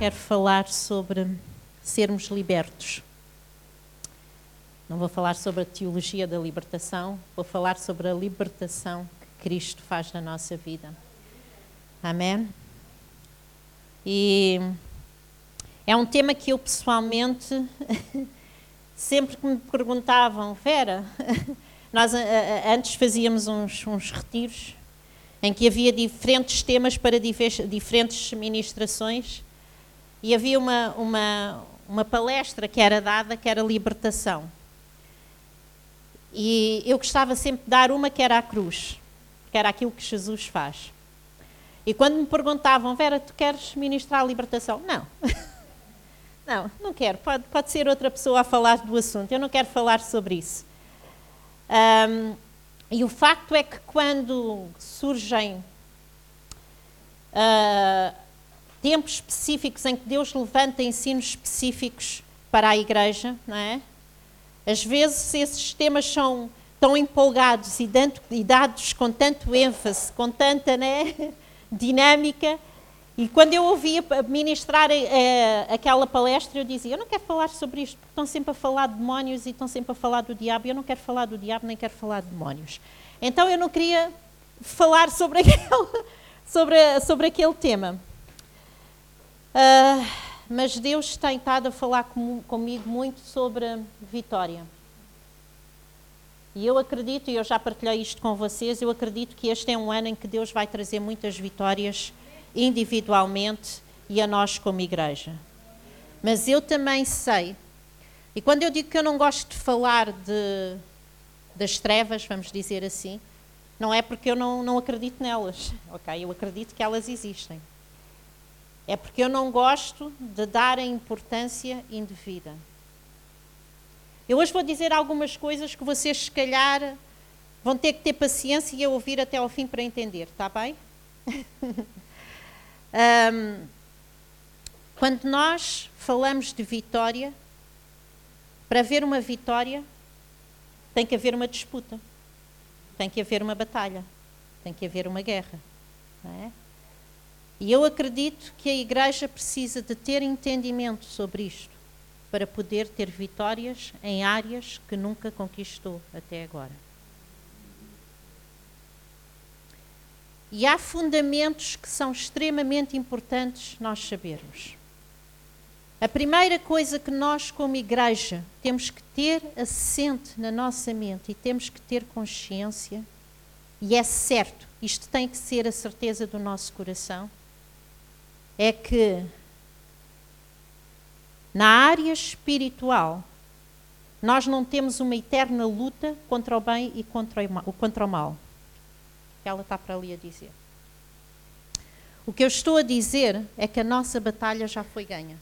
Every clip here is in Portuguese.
quero falar sobre sermos libertos. Não vou falar sobre a teologia da libertação, vou falar sobre a libertação que Cristo faz na nossa vida. Amém? E é um tema que eu pessoalmente, sempre que me perguntavam, Vera, nós antes fazíamos uns retiros em que havia diferentes temas para diferentes ministrações e havia uma palestra que era dada, que era libertação. E eu gostava sempre de dar uma que era a cruz, que era aquilo que Jesus faz. E quando me perguntavam, Vera, tu queres ministrar a libertação? Não. Não quero. Pode ser outra pessoa a falar do assunto. Eu não quero falar sobre isso. E o facto é que quando surgem tempos específicos em que Deus levanta ensinos específicos para a igreja, não é? Às vezes esses temas são tão empolgados e dados com tanto ênfase, com tanta dinâmica. E quando eu ouvia ministrar aquela palestra, eu dizia, eu não quero falar sobre isto, porque estão sempre a falar de demónios e estão sempre a falar do diabo, e eu não quero falar do diabo, nem quero falar de demónios. Então eu não queria falar sobre aquele tema. Mas Deus tem estado a falar comigo muito sobre vitória. E eu acredito, e eu já partilhei isto com vocês, eu acredito que este é um ano em que Deus vai trazer muitas vitórias individualmente e a nós como igreja. Mas eu também sei, e quando eu digo que eu não gosto de falar das trevas, vamos dizer assim, não é porque eu não acredito nelas, ok? Eu acredito que elas existem. É porque eu não gosto de dar a importância indevida. Eu hoje vou dizer algumas coisas que vocês, se calhar, vão ter que ter paciência e ouvir até ao fim para entender, está bem? Quando nós falamos de vitória, para haver uma vitória, tem que haver uma disputa, tem que haver uma batalha, tem que haver uma guerra, não é? E eu acredito que a igreja precisa de ter entendimento sobre isto para poder ter vitórias em áreas que nunca conquistou até agora. E há fundamentos que são extremamente importantes nós sabermos. A primeira coisa que nós, como igreja, temos que ter assente na nossa mente e temos que ter consciência, e é certo, isto tem que ser a certeza do nosso coração, é que na área espiritual nós não temos uma eterna luta contra o bem e contra o mal. Ela está para ali a dizer. O que eu estou a dizer é que a nossa batalha já foi ganha.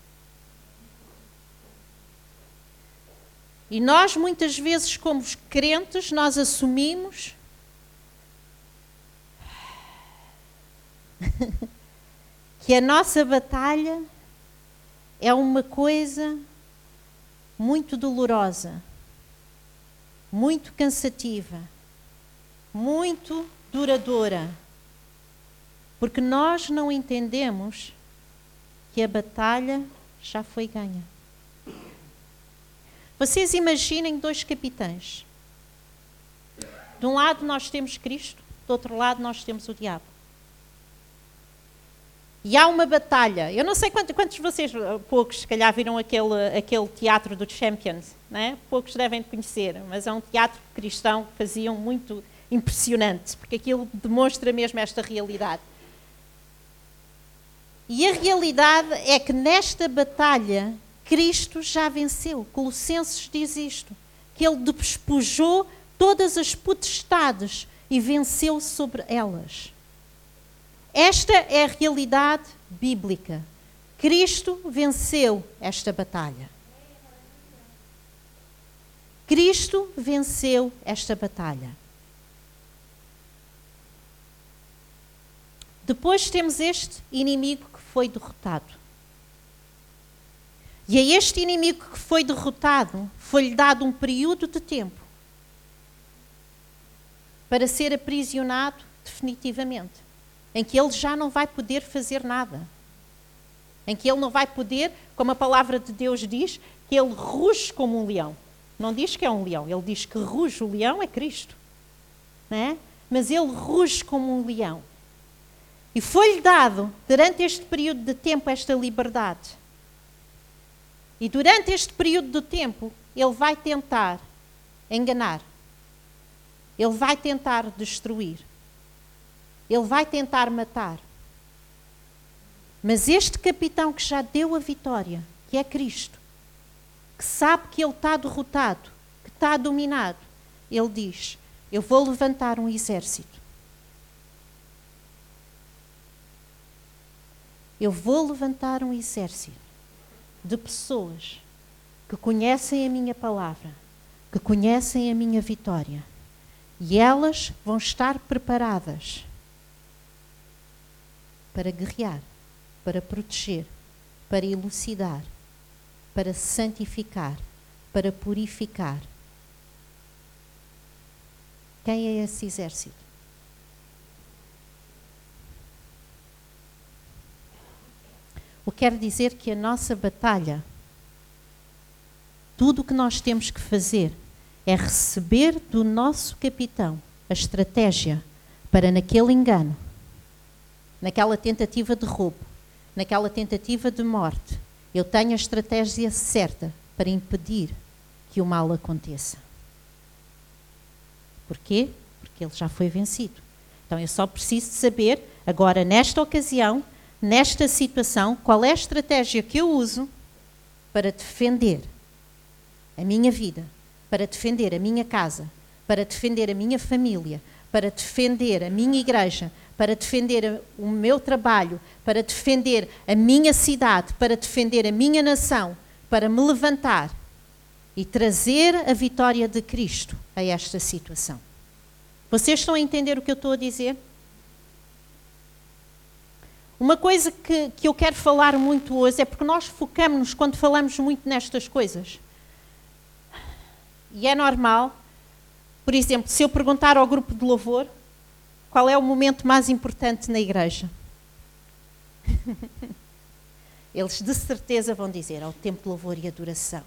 E nós muitas vezes, como crentes, nós assumimos que a nossa batalha é uma coisa muito dolorosa, muito cansativa, muito duradoura, porque nós não entendemos que a batalha já foi ganha. Vocês imaginem dois capitães. De um lado nós temos Cristo, do outro lado nós temos o diabo. E há uma batalha. Eu não sei quantos de vocês, poucos, se calhar viram aquele teatro do Champions, né? Poucos devem conhecer, mas é um teatro cristão que faziam muito impressionante, porque aquilo demonstra mesmo esta realidade. E a realidade é que nesta batalha, Cristo já venceu. Colossenses diz isto, que Ele despojou todas as potestades e venceu sobre elas. Esta é a realidade bíblica. Cristo venceu esta batalha. Cristo venceu esta batalha. Depois temos este inimigo que foi derrotado. E a este inimigo que foi derrotado, foi-lhe dado um período de tempo para ser aprisionado definitivamente, em que ele já não vai poder fazer nada, em que ele não vai poder, como a palavra de Deus diz, que ele ruge como um leão. Não diz que é um leão, ele diz que ruge. O leão é Cristo, não é? Mas ele ruge como um leão. E foi-lhe dado, durante este período de tempo, esta liberdade. E durante este período de tempo, ele vai tentar enganar. Ele vai tentar destruir. Ele vai tentar matar. Mas este capitão que já deu a vitória, que é Cristo, que sabe que ele está derrotado, que está dominado, ele diz: eu vou levantar um exército. Eu vou levantar um exército de pessoas que conhecem a minha palavra, que conhecem a minha vitória. E elas vão estar preparadas para guerrear, para proteger, para elucidar, para santificar, para purificar. Quem é esse exército? O que quer dizer que a nossa batalha, tudo o que nós temos que fazer é receber do nosso capitão a estratégia para, naquele engano, naquela tentativa de roubo, naquela tentativa de morte, eu tenho a estratégia certa para impedir que o mal aconteça. Porquê? Porque ele já foi vencido. Então eu só preciso saber, agora nesta ocasião, nesta situação, qual é a estratégia que eu uso para defender a minha vida, para defender a minha casa, para defender a minha família, para defender a minha igreja, para defender o meu trabalho, para defender a minha cidade, para defender a minha nação, para me levantar e trazer a vitória de Cristo a esta situação. Vocês estão a entender o que eu estou a dizer? Uma coisa que eu quero falar muito hoje é porque nós focamos-nos quando falamos muito nestas coisas. E é normal, por exemplo, se eu perguntar ao grupo de louvor qual é o momento mais importante na igreja, eles de certeza vão dizer: ao tempo de louvor e adoração.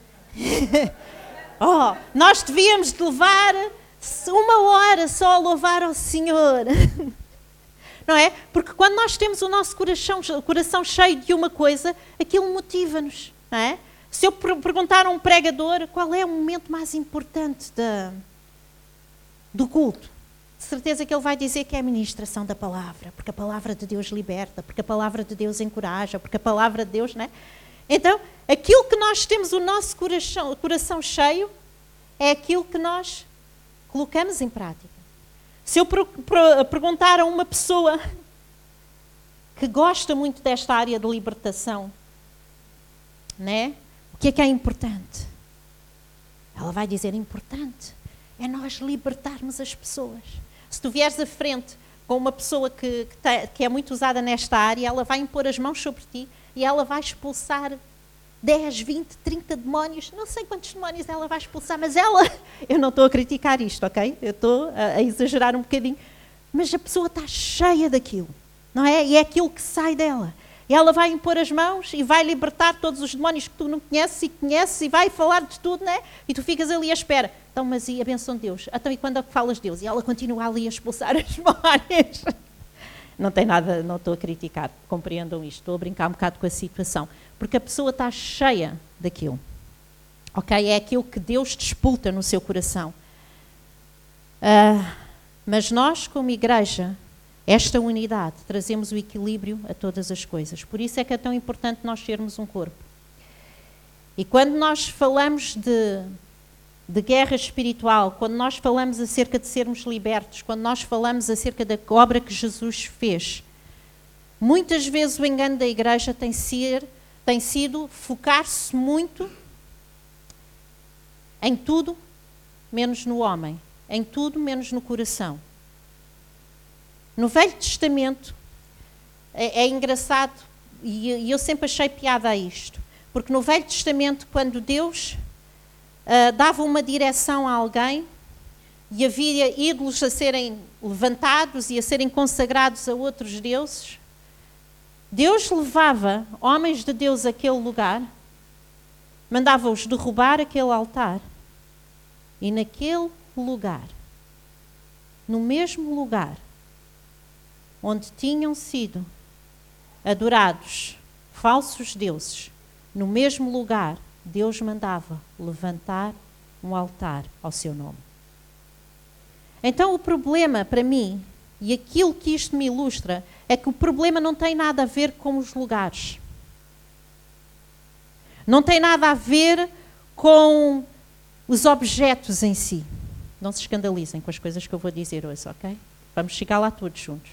Oh, nós devíamos de levar 1 hora só a louvar ao Senhor. Não é? Porque quando nós temos o nosso coração cheio de uma coisa, aquilo motiva-nos, não é? Se eu perguntar a um pregador qual é o momento mais importante do culto, de certeza que ele vai dizer que é a ministração da palavra, porque a palavra de Deus liberta, porque a palavra de Deus encoraja, porque a palavra de Deus, não é? Então, aquilo que nós temos o nosso coração cheio é aquilo que nós colocamos em prática. Se eu perguntar a uma pessoa que gosta muito desta área de libertação, né? O que é importante? Ela vai dizer: importante é nós libertarmos as pessoas. Se tu vieres à frente com uma pessoa que é muito usada nesta área, ela vai impor as mãos sobre ti e ela vai expulsar 10, 20, 30 demónios, não sei quantos demónios ela vai expulsar, mas eu não estou a criticar isto, ok? Eu estou a exagerar um bocadinho, mas a pessoa está cheia daquilo, não é? E é aquilo que sai dela. E ela vai impor as mãos e vai libertar todos os demónios que tu não conheces e vai falar de tudo, não é? E tu ficas ali à espera. Então, mas e a bênção de Deus? Então, e quando é que falas de Deus? E ela continua ali a expulsar as demónios. Não tem nada, não estou a criticar, compreendam isto, estou a brincar um bocado com a situação. Porque a pessoa está cheia daquilo. Ok? É aquilo que Deus despulta no seu coração. Mas nós, como igreja, esta unidade, trazemos o equilíbrio a todas as coisas. Por isso é que é tão importante nós sermos um corpo. E quando nós falamos de guerra espiritual, quando nós falamos acerca de sermos libertos, quando nós falamos acerca da obra que Jesus fez, muitas vezes o engano da igreja tem sido focar-se muito em tudo menos no homem, em tudo menos no coração. No Velho Testamento é engraçado, e eu sempre achei piada a isto, porque no Velho Testamento, quando Deus dava uma direção a alguém e havia ídolos a serem levantados e a serem consagrados a outros deuses, Deus levava homens de Deus àquele lugar, mandava-os derrubar aquele altar, e naquele lugar, no mesmo lugar onde tinham sido adorados falsos deuses, no mesmo lugar, Deus mandava levantar um altar ao seu nome. Então o problema para mim, e aquilo que isto me ilustra, é que o problema não tem nada a ver com os lugares. Não tem nada a ver com os objetos em si. Não se escandalizem com as coisas que eu vou dizer hoje, ok? Vamos chegar lá todos juntos.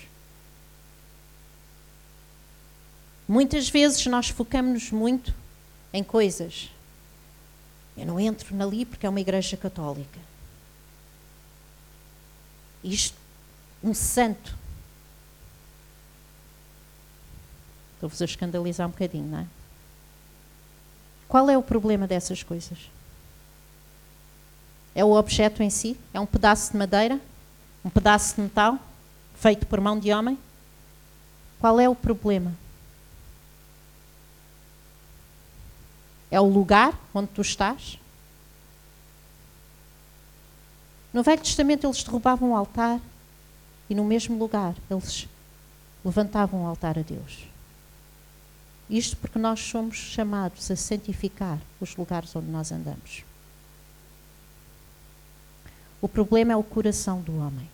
Muitas vezes nós focamos-nos muito em coisas. Eu não entro ali porque é uma igreja católica. Isto, um santo. Estou-vos a escandalizar um bocadinho, não é? Qual é o problema dessas coisas? É o objeto em si? É um pedaço de madeira? Um pedaço de metal? Feito por mão de homem? Qual é o problema? É o lugar onde tu estás? No Velho Testamento eles derrubavam um altar e no mesmo lugar eles levantavam um altar a Deus. Isto porque nós somos chamados a santificar os lugares onde nós andamos. O problema é o coração do homem.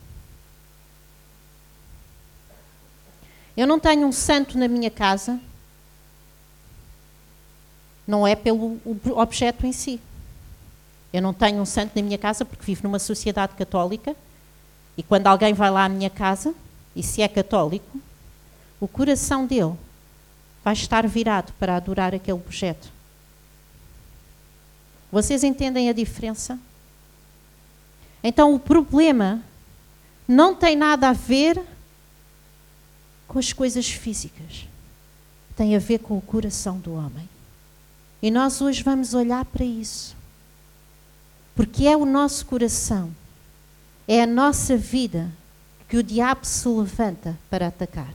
Eu não tenho um santo na minha casa, não é pelo objeto em si. Eu não tenho um santo na minha casa porque vivo numa sociedade católica e quando alguém vai lá à minha casa, e se é católico, o coração dele vai estar virado para adorar aquele objeto. Vocês entendem a diferença? Então o problema não tem nada a ver com as coisas físicas. Tem a ver com o coração do homem. E nós hoje vamos olhar para isso. Porque é o nosso coração, é a nossa vida que o diabo se levanta para atacar.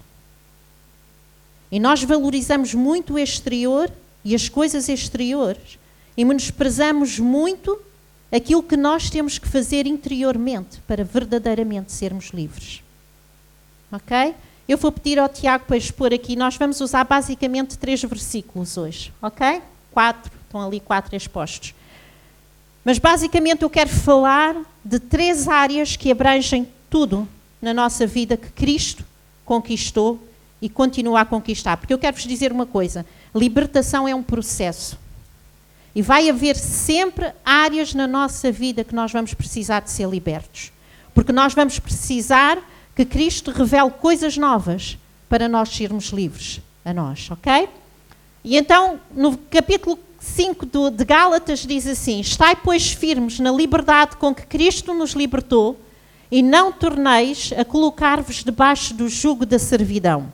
E nós valorizamos muito o exterior e as coisas exteriores e menosprezamos muito aquilo que nós temos que fazer interiormente para verdadeiramente sermos livres. Ok? Eu vou pedir ao Tiago para expor aqui, nós vamos usar basicamente 3 versículos hoje, ok? 4, estão ali 4 expostos. Mas basicamente eu quero falar de 3 áreas que abrangem tudo na nossa vida que Cristo conquistou e continua a conquistar. Porque eu quero vos dizer uma coisa, libertação é um processo. E vai haver sempre áreas na nossa vida que nós vamos precisar de ser libertos. Porque nós vamos precisar que Cristo revele coisas novas para nós sermos livres a nós, ok? E então, no capítulo 5 de Gálatas diz assim: estai, pois, firmes na liberdade com que Cristo nos libertou e não torneis a colocar-vos debaixo do jugo da servidão.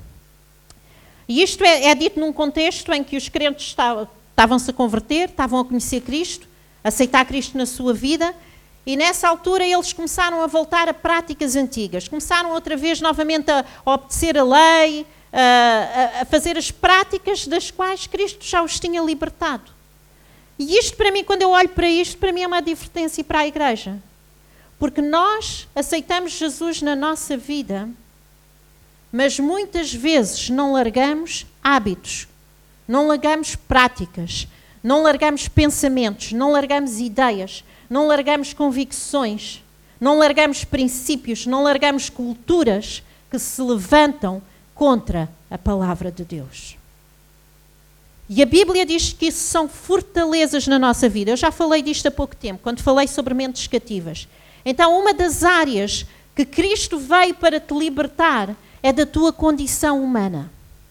E isto é dito num contexto em que os crentes estavam-se a converter, estavam a conhecer Cristo, a aceitar Cristo na sua vida, e nessa altura eles começaram a voltar a práticas antigas, começaram outra vez novamente a obedecer a lei, a fazer as práticas das quais Cristo já os tinha libertado. E isto para mim, quando eu olho para isto, para mim é uma advertência para a igreja. Porque nós aceitamos Jesus na nossa vida, mas muitas vezes não largamos hábitos, não largamos práticas, não largamos pensamentos, não largamos ideias, não largamos convicções, não largamos princípios, não largamos culturas que se levantam contra a palavra de Deus. E a Bíblia diz que isso são fortalezas na nossa vida. Eu já falei disto há pouco tempo, quando falei sobre mentes cativas. Então, uma das áreas que Cristo veio para te libertar é da tua condição humana.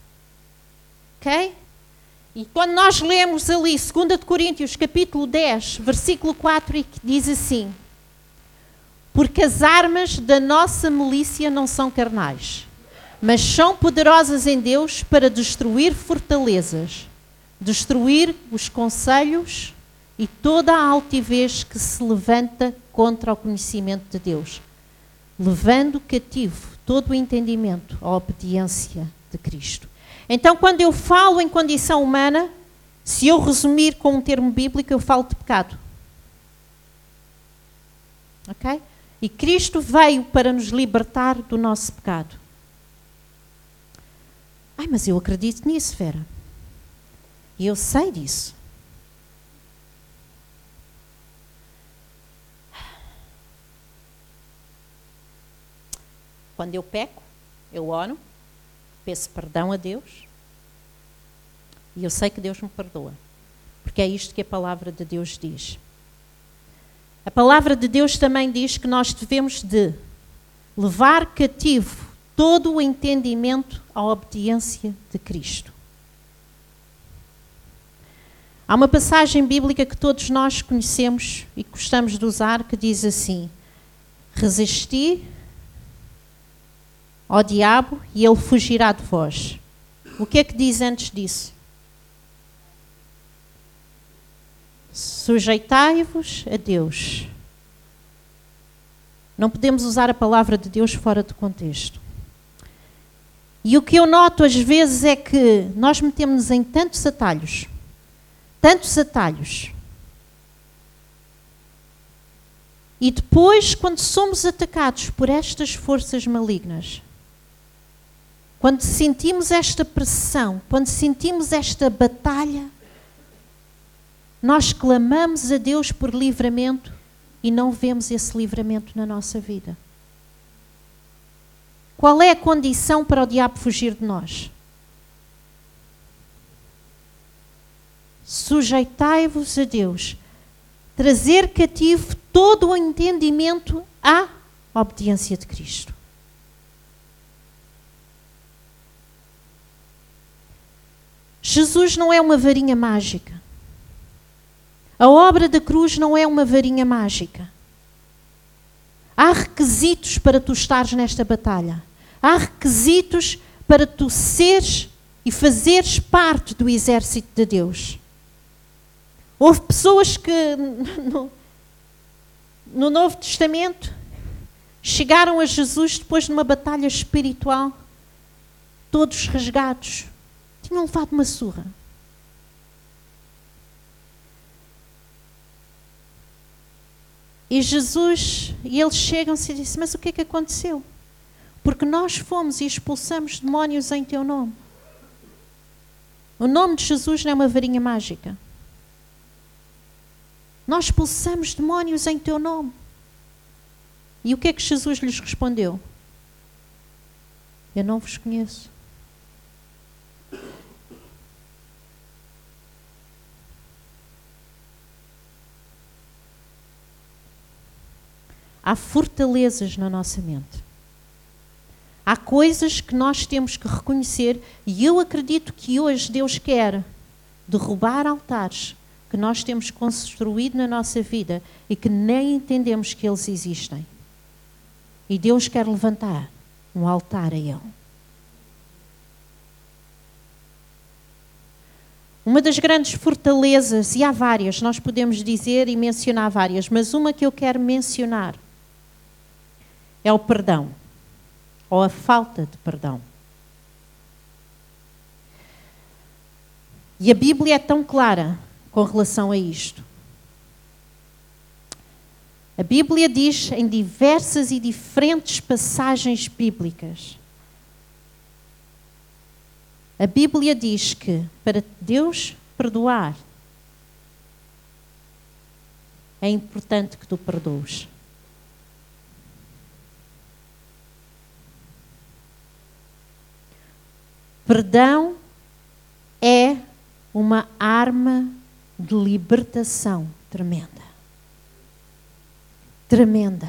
Ok? E quando nós lemos ali 2 Coríntios, capítulo 10, versículo 4, diz assim: porque as armas da nossa milícia não são carnais, mas são poderosas em Deus para destruir fortalezas, destruir os conselhos e toda a altivez que se levanta contra o conhecimento de Deus, levando cativo todo o entendimento à obediência de Cristo. Então, quando eu falo em condição humana, se eu resumir com um termo bíblico, eu falo de pecado. Ok? E Cristo veio para nos libertar do nosso pecado. Ai, mas eu acredito nisso, Vera. E eu sei disso. Quando eu peco, eu oro, peço perdão a Deus e eu sei que Deus me perdoa. Porque é isto que a palavra de Deus diz. A palavra de Deus também diz que nós devemos de levar cativo todo o entendimento à obediência de Cristo. Há uma passagem bíblica que todos nós conhecemos e gostamos de usar que diz assim: resisti ao diabo e ele fugirá de vós. O que é que diz antes disso? Sujeitai-vos a Deus. Não podemos usar a palavra de Deus fora de contexto. E o que eu noto às vezes é que nós metemos-nos em tantos atalhos, e depois, quando somos atacados por estas forças malignas, quando sentimos esta pressão, quando sentimos esta batalha, nós clamamos a Deus por livramento e não vemos esse livramento na nossa vida. Qual é a condição para o diabo fugir de nós? Sujeitai-vos a Deus. Trazer cativo todo o entendimento à obediência de Cristo. Jesus não é uma varinha mágica. A obra da cruz não é uma varinha mágica. Há requisitos para tu estares nesta batalha. Há requisitos para tu seres e fazeres parte do exército de Deus. Houve pessoas que no Novo Testamento chegaram a Jesus depois de uma batalha espiritual, todos rasgados. Tinham levado uma surra. E Jesus, e eles chegam-se e dizem: mas o que é que aconteceu? Porque nós fomos e expulsamos demónios em teu nome. O nome de Jesus não é uma varinha mágica. Nós expulsamos demónios em teu nome. E o que é que Jesus lhes respondeu? Eu não vos conheço. Há fortalezas na nossa mente. Há coisas que nós temos que reconhecer, e eu acredito que hoje Deus quer derrubar altares que nós temos construído na nossa vida e que nem entendemos que eles existem. E Deus quer levantar um altar a Ele. Uma das grandes fortalezas, e há várias, nós podemos dizer e mencionar várias, mas uma que eu quero mencionar é o perdão, ou a falta de perdão. E a Bíblia é tão clara com relação a isto. A Bíblia diz em diversas e diferentes passagens bíblicas. A Bíblia diz que para Deus perdoar, é importante que tu perdoes. Perdão é uma arma de libertação tremenda. Tremenda.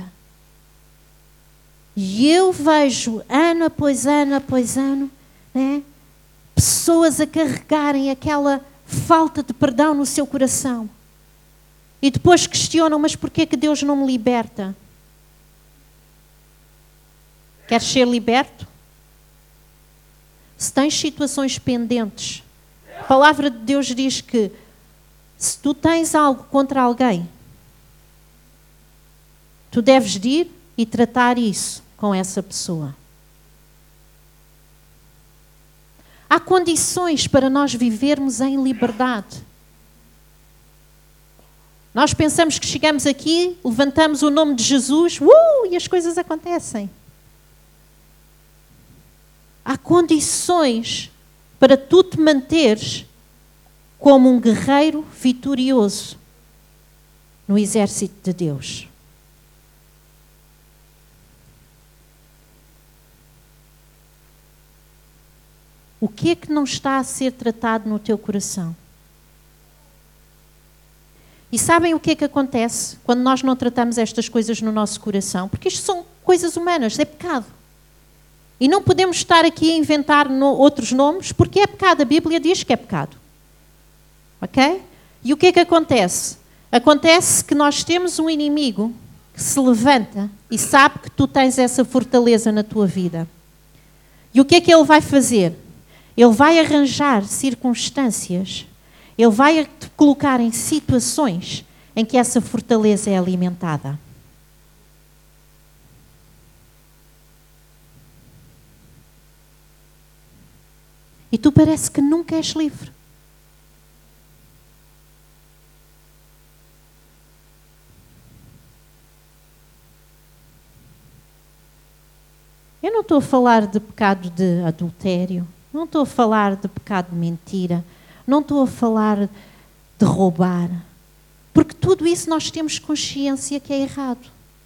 E eu vejo ano após ano, né, pessoas a carregarem aquela falta de perdão no seu coração. E depois questionam: mas porquê que Deus não me liberta? Queres ser liberto? Se tens situações pendentes, a palavra de Deus diz que se tu tens algo contra alguém, tu deves de ir e tratar isso com essa pessoa. Há condições para nós vivermos em liberdade. Nós pensamos que chegamos aqui, levantamos o nome de Jesus, e as coisas acontecem. Há condições para tu te manteres como um guerreiro vitorioso no exército de Deus. O que é que não está a ser tratado no teu coração? E sabem o que é que acontece quando nós não tratamos estas coisas no nosso coração? Porque isto são coisas humanas, é pecado. E não podemos estar aqui a inventar outros nomes, porque é pecado. A Bíblia diz que é pecado. Ok? E o que é que acontece? Acontece que nós temos um inimigo que se levanta e sabe que tu tens essa fortaleza na tua vida. E o que é que ele vai fazer? Ele vai arranjar circunstâncias, ele vai te colocar em situações em que essa fortaleza é alimentada. E tu parece que nunca és livre. Eu não estou a falar de pecado de adultério, não estou a falar de pecado de mentira, não estou a falar de roubar, porque tudo isso nós temos consciência que é errado.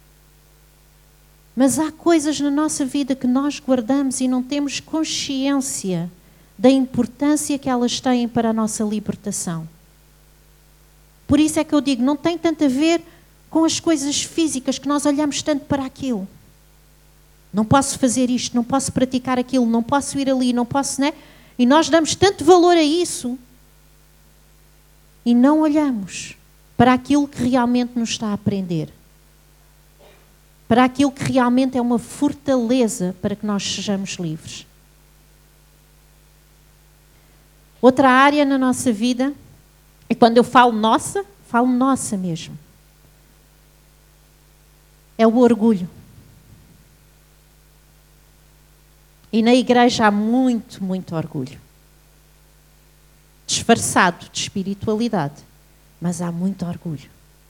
Mas há coisas na nossa vida que nós guardamos e não temos consciência da importância que elas têm para a nossa libertação. Por isso é que eu digo, não tem tanto a ver com as coisas físicas que nós olhamos tanto para aquilo. Não posso fazer isto, não posso praticar aquilo, não posso ir ali, não posso, né? E nós damos tanto valor a isso e não olhamos para aquilo que realmente nos está a prender. Para aquilo que realmente é uma fortaleza para que nós sejamos livres. Outra área na nossa vida, e quando eu falo nossa mesmo, é o orgulho. E na igreja há muito, muito orgulho. Disfarçado de espiritualidade, mas há muito orgulho.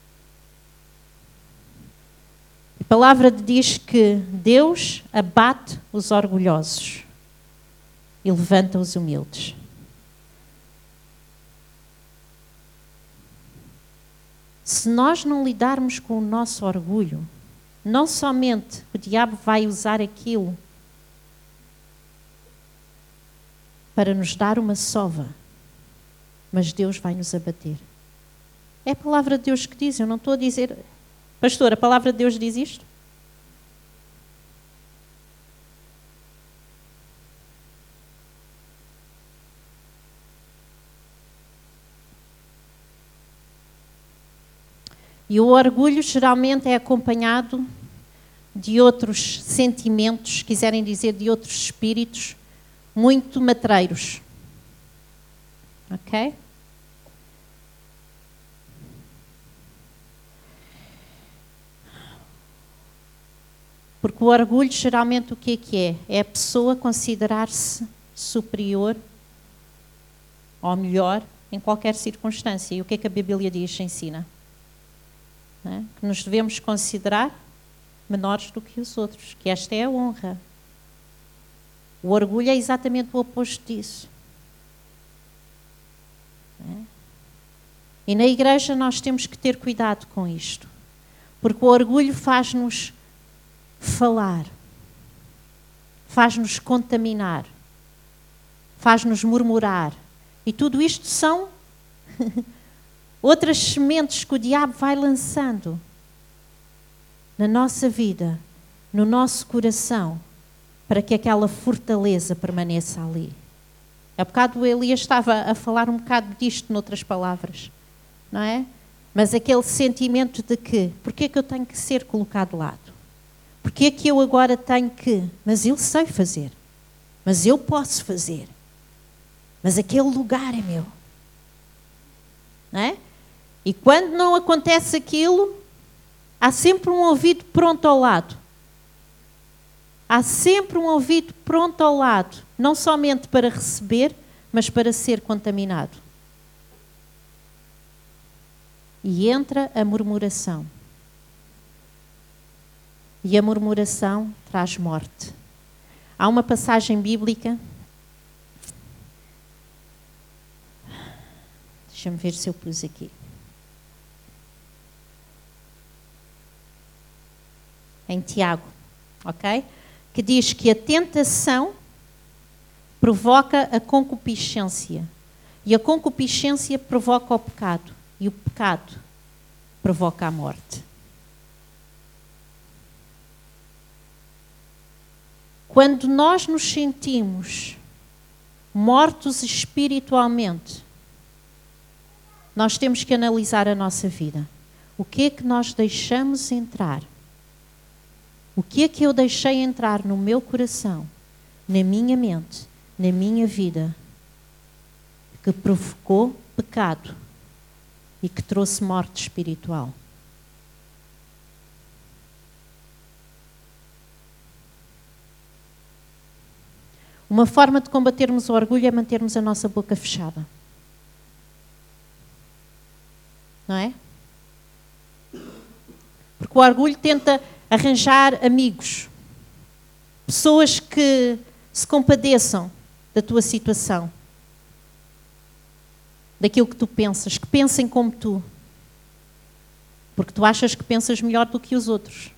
A palavra diz que Deus abate os orgulhosos e levanta os humildes. Se nós não lidarmos com o nosso orgulho, não somente o diabo vai usar aquilo para nos dar uma sova, mas Deus vai nos abater. É a palavra de Deus que diz, eu não estou a dizer... Pastor, a palavra de Deus diz isto? E o orgulho geralmente é acompanhado de outros sentimentos, quiserem dizer, de outros espíritos, muito matreiros. Ok? Porque o orgulho geralmente o que é que é? É a pessoa considerar-se superior ou melhor em qualquer circunstância. E o que é que a Bíblia diz, ensina? Não é? Que nos devemos considerar menores do que os outros, que esta é a honra. O orgulho é exatamente o oposto disso. Não é? E na igreja nós temos que ter cuidado com isto, porque o orgulho faz-nos falar, faz-nos contaminar, faz-nos murmurar, e tudo isto são outras sementes que o diabo vai lançando na nossa vida, no nosso coração, para que aquela fortaleza permaneça ali. Há bocado o Elias estava a falar um bocado disto, noutras palavras, não é? Mas aquele sentimento de que, porquê é que eu tenho que ser colocado de lado? Porquê é que eu agora tenho que, mas eu sei fazer, mas eu posso fazer, mas aquele lugar é meu, não é? E quando não acontece aquilo, há sempre um ouvido pronto ao lado. Há sempre um ouvido pronto ao lado, não somente para receber, mas para ser contaminado. E entra a murmuração. E a murmuração traz morte. Há uma passagem bíblica. Deixa-me ver se eu pus aqui. Em Tiago, ok? Que diz que a tentação provoca a concupiscência. E a concupiscência provoca o pecado. E o pecado provoca a morte. Quando nós nos sentimos mortos espiritualmente, nós temos que analisar a nossa vida. O que é que nós deixamos entrar? O que é que eu deixei entrar no meu coração, na minha mente, na minha vida, que provocou pecado e que trouxe morte espiritual? Uma forma de combatermos o orgulho é mantermos a nossa boca fechada. Não é? Porque o orgulho tenta arranjar amigos, pessoas que se compadeçam da tua situação, daquilo que tu pensas, que pensem como tu, porque tu achas que pensas melhor do que os outros.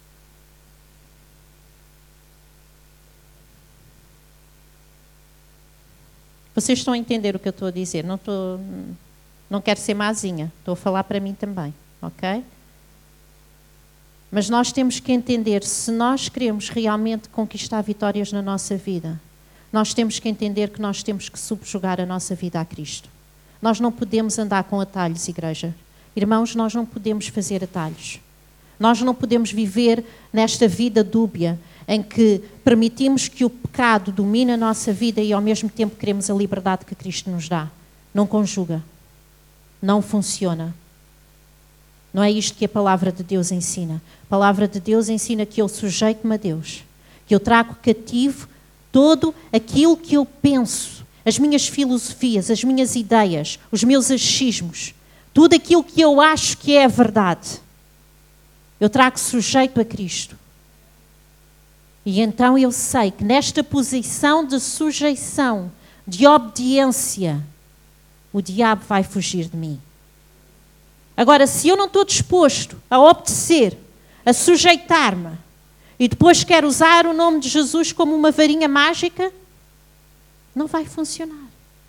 Vocês estão a entender o que eu estou a dizer? Não quero ser mazinha, estou a falar para mim também, ok? Mas nós temos que entender, se nós queremos realmente conquistar vitórias na nossa vida, nós temos que entender que nós temos que subjugar a nossa vida a Cristo. Nós não podemos andar com atalhos, igreja. Irmãos, nós não podemos fazer atalhos. Nós não podemos viver nesta vida dúbia, em que permitimos que o pecado domine a nossa vida e ao mesmo tempo queremos a liberdade que Cristo nos dá. Não conjuga. Não funciona. Não é isto que a palavra de Deus ensina. A palavra de Deus ensina que eu sujeito-me a Deus, que eu trago cativo todo aquilo que eu penso, as minhas filosofias, as minhas ideias, os meus achismos, tudo aquilo que eu acho que é a verdade. Eu trago sujeito a Cristo. E então eu sei que nesta posição de sujeição, de obediência, o diabo vai fugir de mim. Agora, se eu não estou disposto a obedecer, a sujeitar-me, e depois quero usar o nome de Jesus como uma varinha mágica, não vai funcionar.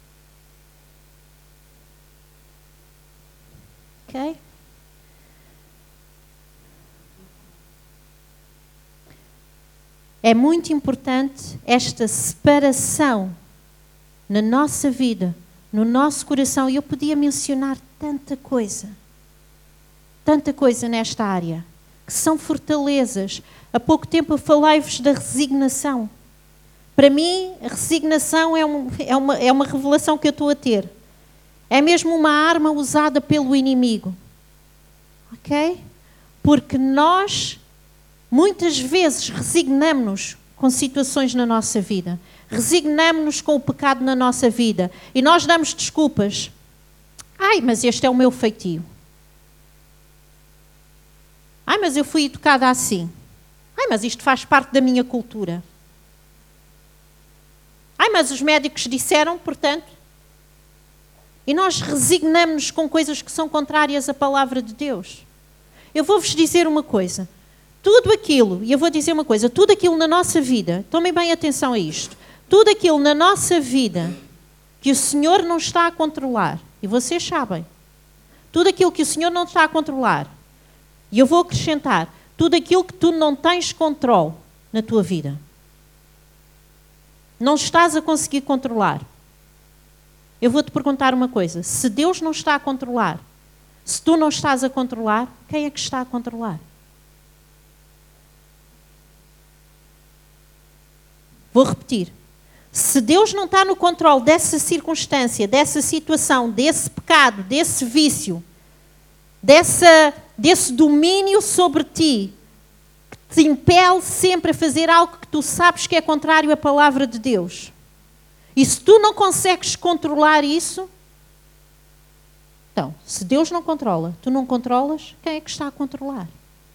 Ok? É muito importante esta separação na nossa vida, no nosso coração. E eu podia mencionar tanta coisa nesta área, que são fortalezas. Há pouco tempo eu falei-vos da resignação. Para mim, a resignação é uma revelação que eu estou a ter. É mesmo uma arma usada pelo inimigo. Ok? Porque nós, muitas vezes, resignamos-nos com situações na nossa vida. Resignamos-nos com o pecado na nossa vida. E nós damos desculpas. Ai, mas este é o meu feitio. Ai, mas eu fui educada assim. Ai, mas isto faz parte da minha cultura. Ai, mas os médicos disseram, portanto. E nós resignamos-nos com coisas que são contrárias à palavra de Deus. Eu vou-vos dizer uma coisa. Tudo aquilo na nossa vida, tomem bem atenção a isto. Tudo aquilo na nossa vida que o Senhor não está a controlar, e vocês sabem, tudo aquilo que o Senhor não está a controlar, e eu vou acrescentar, tudo aquilo que tu não tens controle na tua vida, não estás a conseguir controlar. Eu vou-te perguntar uma coisa, se Deus não está a controlar, se tu não estás a controlar, quem é que está a controlar? Vou repetir. Se Deus não está no controle dessa circunstância, dessa situação, desse pecado, desse vício, desse domínio sobre ti, te impele sempre a fazer algo que tu sabes que é contrário à palavra de Deus. E se tu não consegues controlar isso, então, se Deus não controla, tu não controlas, quem é que está a controlar?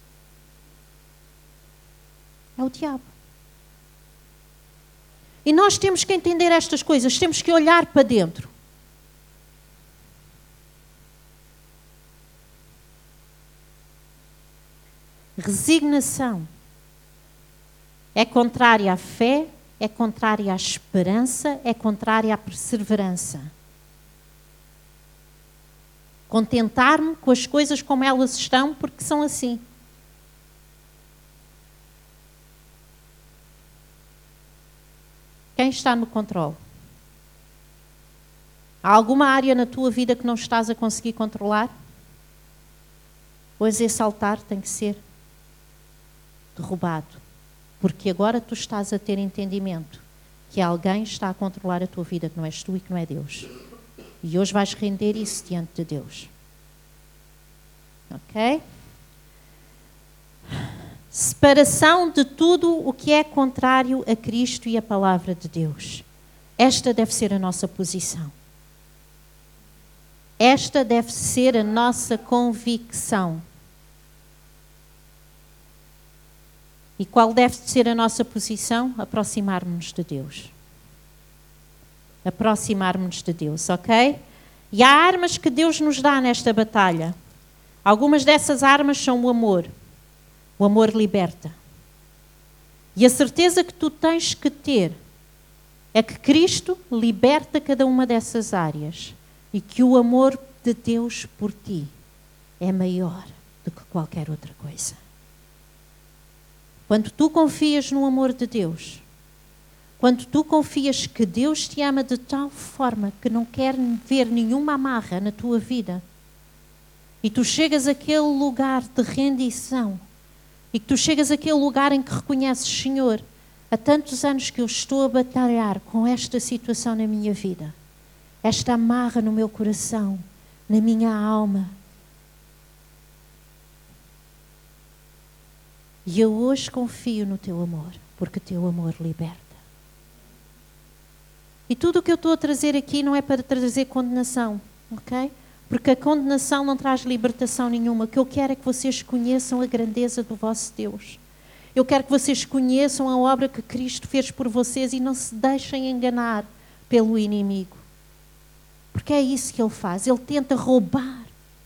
É o diabo. E nós temos que entender estas coisas, temos que olhar para dentro. Resignação é contrária à fé, é contrária à esperança, é contrária à perseverança. Contentar-me com as coisas como elas estão, porque são assim. Quem está no controle? Há alguma área na tua vida que não estás a conseguir controlar? Pois esse altar tem que ser derrubado. Porque agora tu estás a ter entendimento que alguém está a controlar a tua vida, que não és tu e que não é Deus. E hoje vais render isso diante de Deus. Ok? Separação de tudo o que é contrário a Cristo e a palavra de Deus. Esta deve ser a nossa posição. Esta deve ser a nossa convicção. E qual deve ser a nossa posição? Aproximar-nos de Deus. Aproximar-nos de Deus, ok? E há armas que Deus nos dá nesta batalha. Algumas dessas armas são o amor. O amor liberta. E a certeza que tu tens que ter é que Cristo liberta cada uma dessas áreas e que o amor de Deus por ti é maior do que qualquer outra coisa. Quando tu confias no amor de Deus, quando tu confias que Deus te ama de tal forma que não quer ver nenhuma amarra na tua vida, e tu chegas àquele lugar de rendição, e que tu chegas àquele lugar em que reconheces, Senhor, há tantos anos que eu estou a batalhar com esta situação na minha vida, esta amarra no meu coração, na minha alma. E eu hoje confio no teu amor, porque teu amor liberta. E tudo o que eu estou a trazer aqui não é para trazer condenação, ok? Porque a condenação não traz libertação nenhuma. O que eu quero é que vocês conheçam a grandeza do vosso Deus. Eu quero que vocês conheçam a obra que Cristo fez por vocês e não se deixem enganar pelo inimigo. Porque é isso que ele faz. Ele tenta roubar.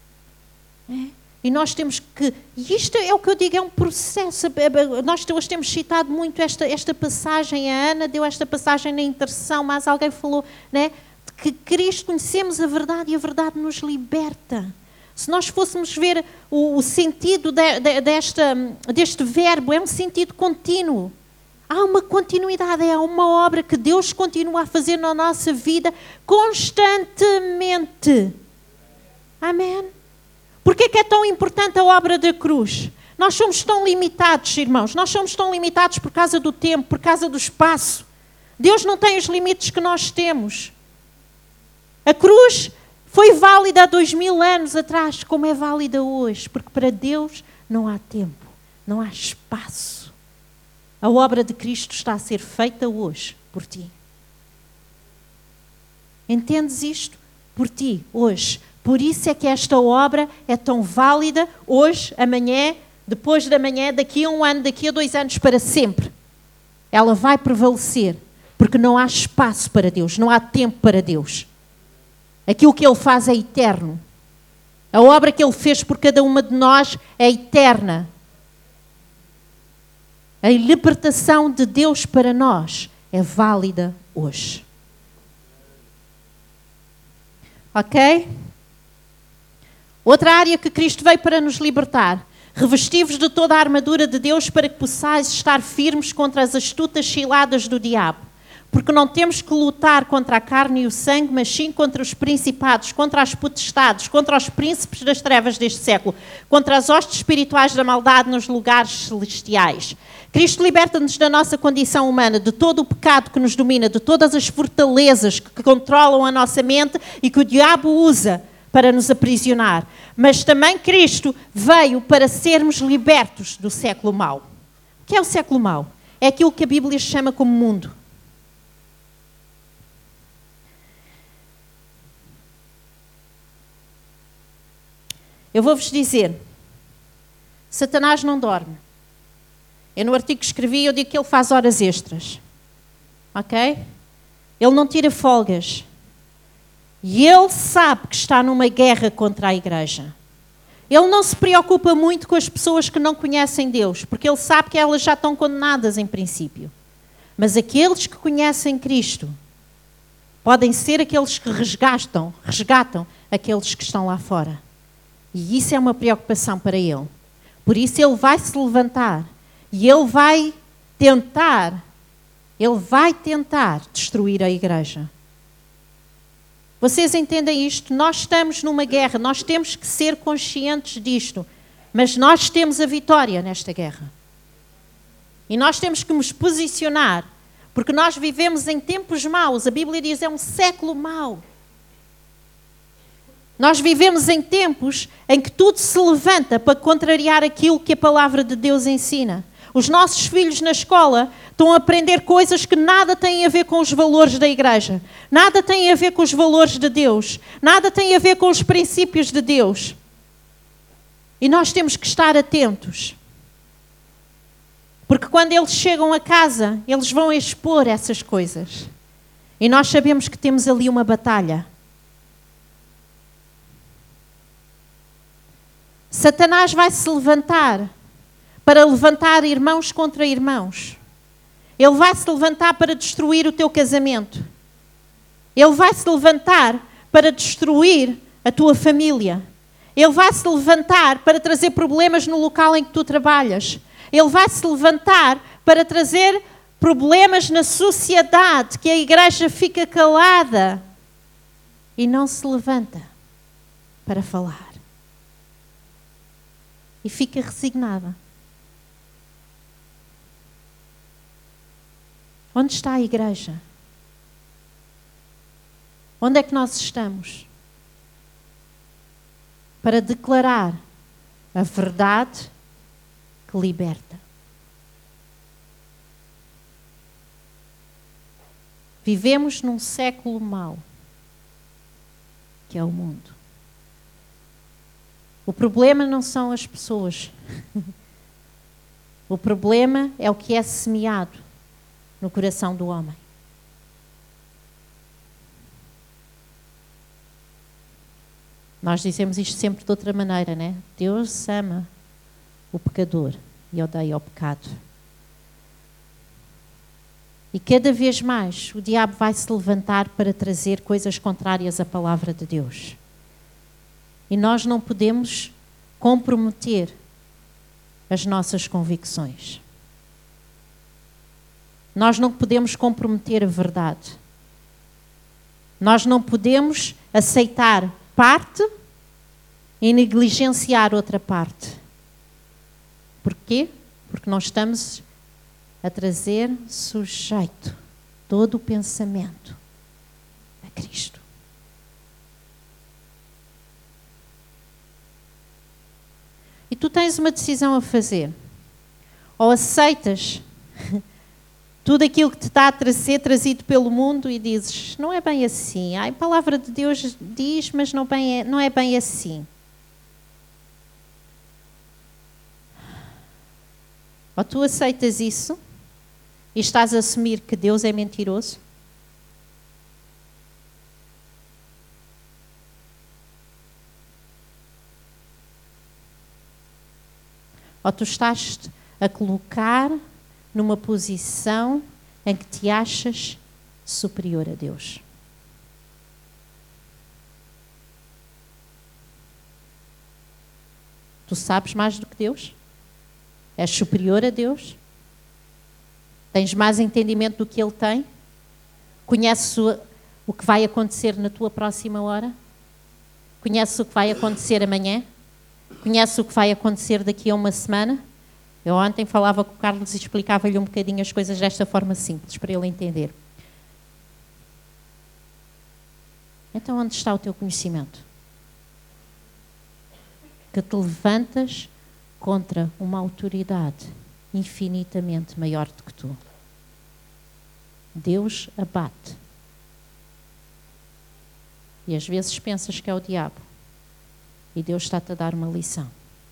E nós temos que... E isto é o que eu digo, é um processo. Nós hoje temos citado muito esta passagem. A Ana deu esta passagem na intercessão, mas alguém falou, né? Que Cristo, conhecemos a verdade e a verdade nos liberta. Se nós fôssemos ver o sentido deste verbo, é um sentido contínuo. Há uma continuidade, é uma obra que Deus continua a fazer na nossa vida constantemente. Amém? Porquê que é tão importante a obra da cruz? Nós somos tão limitados, irmãos. Nós somos tão limitados por causa do tempo, por causa do espaço. Deus não tem os limites que nós temos. A cruz foi válida há 2000 anos atrás, como é válida hoje, porque para Deus não há tempo, não há espaço. A obra de Cristo está a ser feita hoje por ti. Entendes isto? Por ti, hoje. Por isso é que esta obra é tão válida hoje, amanhã, depois de amanhã, daqui a 1 ano, daqui a 2 anos, para sempre. Ela vai prevalecer, porque não há espaço para Deus, não há tempo para Deus. Aquilo que Ele faz é eterno. A obra que Ele fez por cada uma de nós é eterna. A libertação de Deus para nós é válida hoje. Ok? Outra área que Cristo veio para nos libertar. Revesti-vos de toda a armadura de Deus para que possais estar firmes contra as astutas ciladas do diabo. Porque não temos que lutar contra a carne e o sangue, mas sim contra os principados, contra as potestades, contra os príncipes das trevas deste século, contra as hostes espirituais da maldade nos lugares celestiais. Cristo liberta-nos da nossa condição humana, de todo o pecado que nos domina, de todas as fortalezas que controlam a nossa mente e que o diabo usa para nos aprisionar. Mas também Cristo veio para sermos libertos do século mau. O que é o século mau? É aquilo que a Bíblia chama como mundo. Eu vou-vos dizer, Satanás não dorme. Eu no artigo que escrevi, eu digo que ele faz horas extras. Ok? Ele não tira folgas. E ele sabe que está numa guerra contra a igreja. Ele não se preocupa muito com as pessoas que não conhecem Deus, porque ele sabe que elas já estão condenadas em princípio. Mas aqueles que conhecem Cristo podem ser aqueles que resgatam aqueles que estão lá fora. E isso é uma preocupação para ele. Por isso ele vai se levantar e ele vai tentar destruir a igreja. Vocês entendem isto? Nós estamos numa guerra, nós temos que ser conscientes disto. Mas nós temos a vitória nesta guerra. E nós temos que nos posicionar, porque nós vivemos em tempos maus. A Bíblia diz que é um século mau. Nós vivemos em tempos em que tudo se levanta para contrariar aquilo que a palavra de Deus ensina. Os nossos filhos na escola estão a aprender coisas que nada têm a ver com os valores da igreja, nada têm a ver com os valores de Deus, nada têm a ver com os princípios de Deus. E nós temos que estar atentos. Porque quando eles chegam a casa, eles vão expor essas coisas. E nós sabemos que temos ali uma batalha. Satanás vai se levantar para levantar irmãos contra irmãos. Ele vai se levantar para destruir o teu casamento. Ele vai se levantar para destruir a tua família. Ele vai se levantar para trazer problemas no local em que tu trabalhas. Ele vai se levantar para trazer problemas na sociedade, que a igreja fica calada e não se levanta para falar. E fica resignada. Onde está a igreja? Onde é que nós estamos? Para declarar a verdade que liberta. Vivemos num século mau, que é o mundo. O problema não são as pessoas. O problema é o que é semeado no coração do homem. Nós dizemos isto sempre de outra maneira, né? Deus ama o pecador e odeia o pecado. E cada vez mais o diabo vai se levantar para trazer coisas contrárias à palavra de Deus. E nós não podemos comprometer as nossas convicções. Nós não podemos comprometer a verdade. Nós não podemos aceitar parte e negligenciar outra parte. Porquê? Porque nós estamos a trazer sujeito todo o pensamento a Cristo. E tu tens uma decisão a fazer. Ou aceitas tudo aquilo que te está a ser trazido pelo mundo e dizes, não é bem assim. A palavra de Deus diz, mas não é bem assim. Ou tu aceitas isso e estás a assumir que Deus é mentiroso? Ou tu estás a colocar numa posição em que te achas superior a Deus? Tu sabes mais do que Deus? És superior a Deus? Tens mais entendimento do que Ele tem? Conheces o que vai acontecer na tua próxima hora? Conheces o que vai acontecer amanhã? Conheces o que vai acontecer daqui a uma semana? Eu ontem falava com o Carlos e explicava-lhe um bocadinho as coisas desta forma simples, para ele entender. Então onde está o teu conhecimento? Que te levantas contra uma autoridade infinitamente maior do que tu. Deus abate. E às vezes pensas que é o diabo. E Deus está-te a dar uma lição.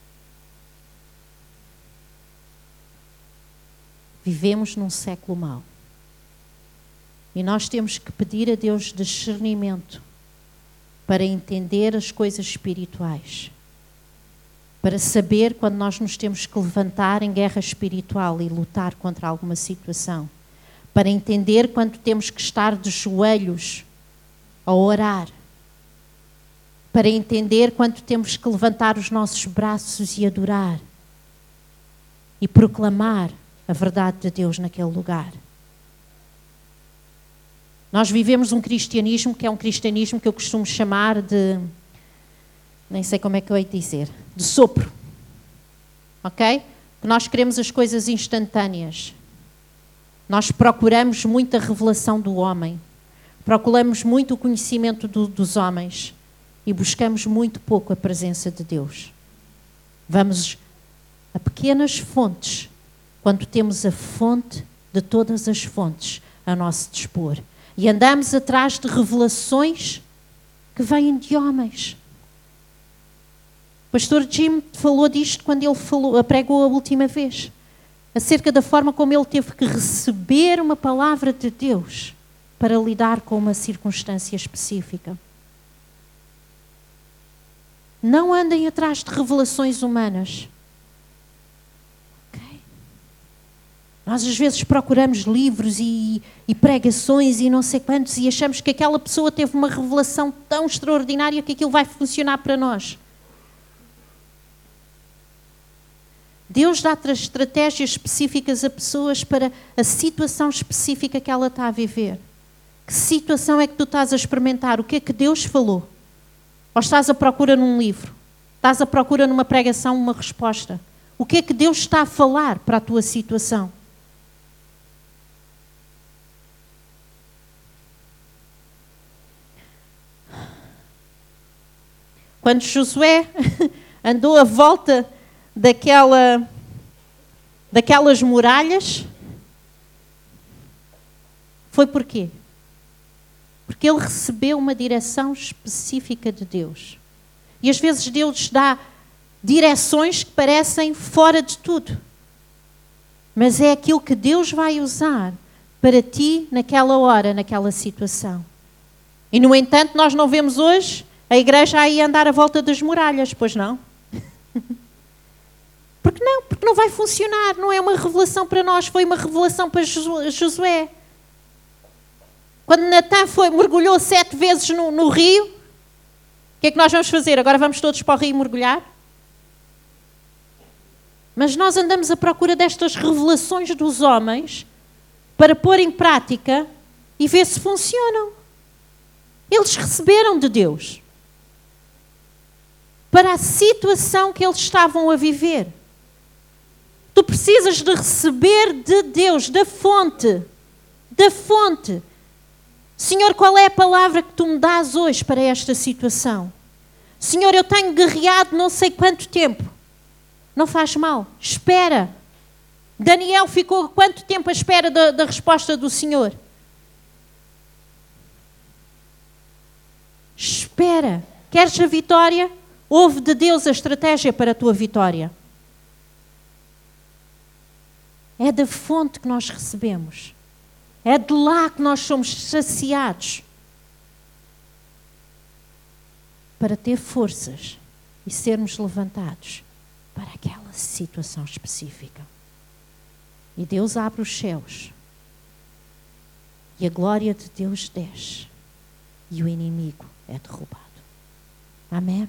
Vivemos num século mau. E nós temos que pedir a Deus discernimento para entender as coisas espirituais. Para saber quando nós nos temos que levantar em guerra espiritual e lutar contra alguma situação. Para entender quando temos que estar de joelhos a orar. Para entender quando temos que levantar os nossos braços e adorar. E proclamar a verdade de Deus naquele lugar. Nós vivemos um cristianismo que é um cristianismo que eu costumo chamar de, nem sei como é que eu hei de dizer, de sopro. Ok? Nós queremos as coisas instantâneas. Nós procuramos muito a revelação do homem. Procuramos muito o conhecimento dos homens. E buscamos muito pouco a presença de Deus. Vamos a pequenas fontes, quando temos a fonte de todas as fontes a nosso dispor. E andamos atrás de revelações que vêm de homens. O pastor Jim falou disto quando ele pregou a última vez. Acerca da forma como ele teve que receber uma palavra de Deus para lidar com uma circunstância específica. Não andem atrás de revelações humanas. Okay? Nós às vezes procuramos livros e pregações e não sei quantos e achamos que aquela pessoa teve uma revelação tão extraordinária que aquilo vai funcionar para nós. Deus dá estratégias específicas a pessoas para a situação específica que ela está a viver. Que situação é que tu estás a experimentar? O que é que Deus falou? Ou estás à procura num livro? Estás à procura numa pregação, uma resposta? O que é que Deus está a falar para a tua situação? Quando Josué andou à volta daquelas muralhas, foi porquê? Porque ele recebeu uma direção específica de Deus. E às vezes Deus dá direções que parecem fora de tudo. Mas é aquilo que Deus vai usar para ti naquela hora, naquela situação. E no entanto, nós não vemos hoje a igreja aí andar à volta das muralhas, pois não? Porque não? Porque não vai funcionar. Não é uma revelação para nós, foi uma revelação para Josué. Quando Natã mergulhou 7 vezes no rio, o que é que nós vamos fazer? Agora vamos todos para o rio mergulhar? Mas nós andamos à procura destas revelações dos homens para pôr em prática e ver se funcionam. Eles receberam de Deus para a situação que eles estavam a viver. Tu precisas de receber de Deus, da fonte. Da fonte. Senhor, qual é a palavra que tu me dás hoje para esta situação? Senhor, eu tenho guerreado não sei quanto tempo. Não faz mal. Espera. Daniel ficou quanto tempo à espera da resposta do Senhor? Espera. Queres a vitória? Ouve de Deus a estratégia para a tua vitória. É da fonte que nós recebemos. É de lá que nós somos saciados para ter forças e sermos levantados para aquela situação específica. E Deus abre os céus e a glória de Deus desce e o inimigo é derrubado. Amém?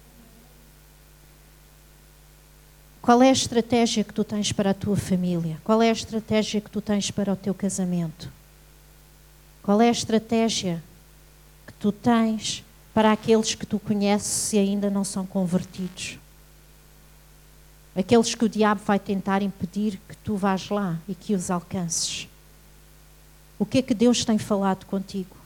Qual é a estratégia que tu tens para a tua família? Qual é a estratégia que tu tens para o teu casamento? Qual é a estratégia que tu tens para aqueles que tu conheces e ainda não são convertidos? Aqueles que o diabo vai tentar impedir que tu vás lá e que os alcances. O que é que Deus tem falado contigo?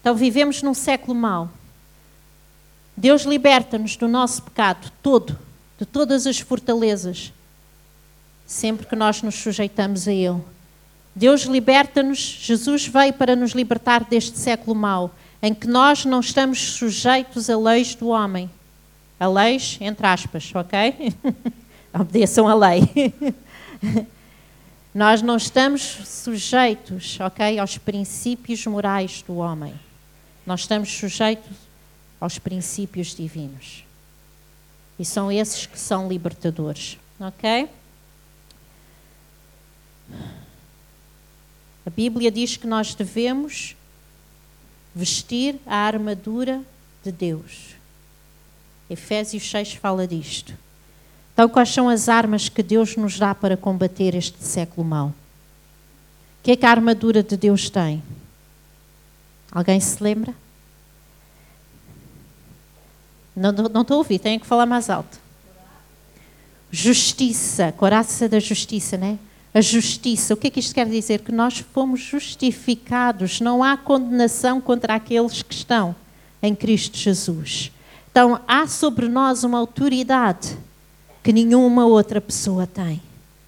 Então vivemos num século mau. Deus liberta-nos do nosso pecado todo, de todas as fortalezas, sempre que nós nos sujeitamos a Ele. Deus liberta-nos, Jesus veio para nos libertar deste século mau, em que nós não estamos sujeitos a leis do homem. A leis, entre aspas, ok? Obedeçam a lei. Nós não estamos sujeitos, ok, aos princípios morais do homem. Nós estamos sujeitos aos princípios divinos. E são esses que são libertadores, ok? A Bíblia diz que nós devemos vestir a armadura de Deus. Efésios 6 fala disto. Então, quais são as armas que Deus nos dá para combater este século mau? O que é que a armadura de Deus tem? Alguém se lembra? Não estou a ouvir, tenho que falar mais alto. Justiça, coraça da justiça, né? A justiça, o que é que isto quer dizer? Que nós fomos justificados, não há condenação contra aqueles que estão em Cristo Jesus. Então, há sobre nós uma autoridade que nenhuma outra pessoa tem.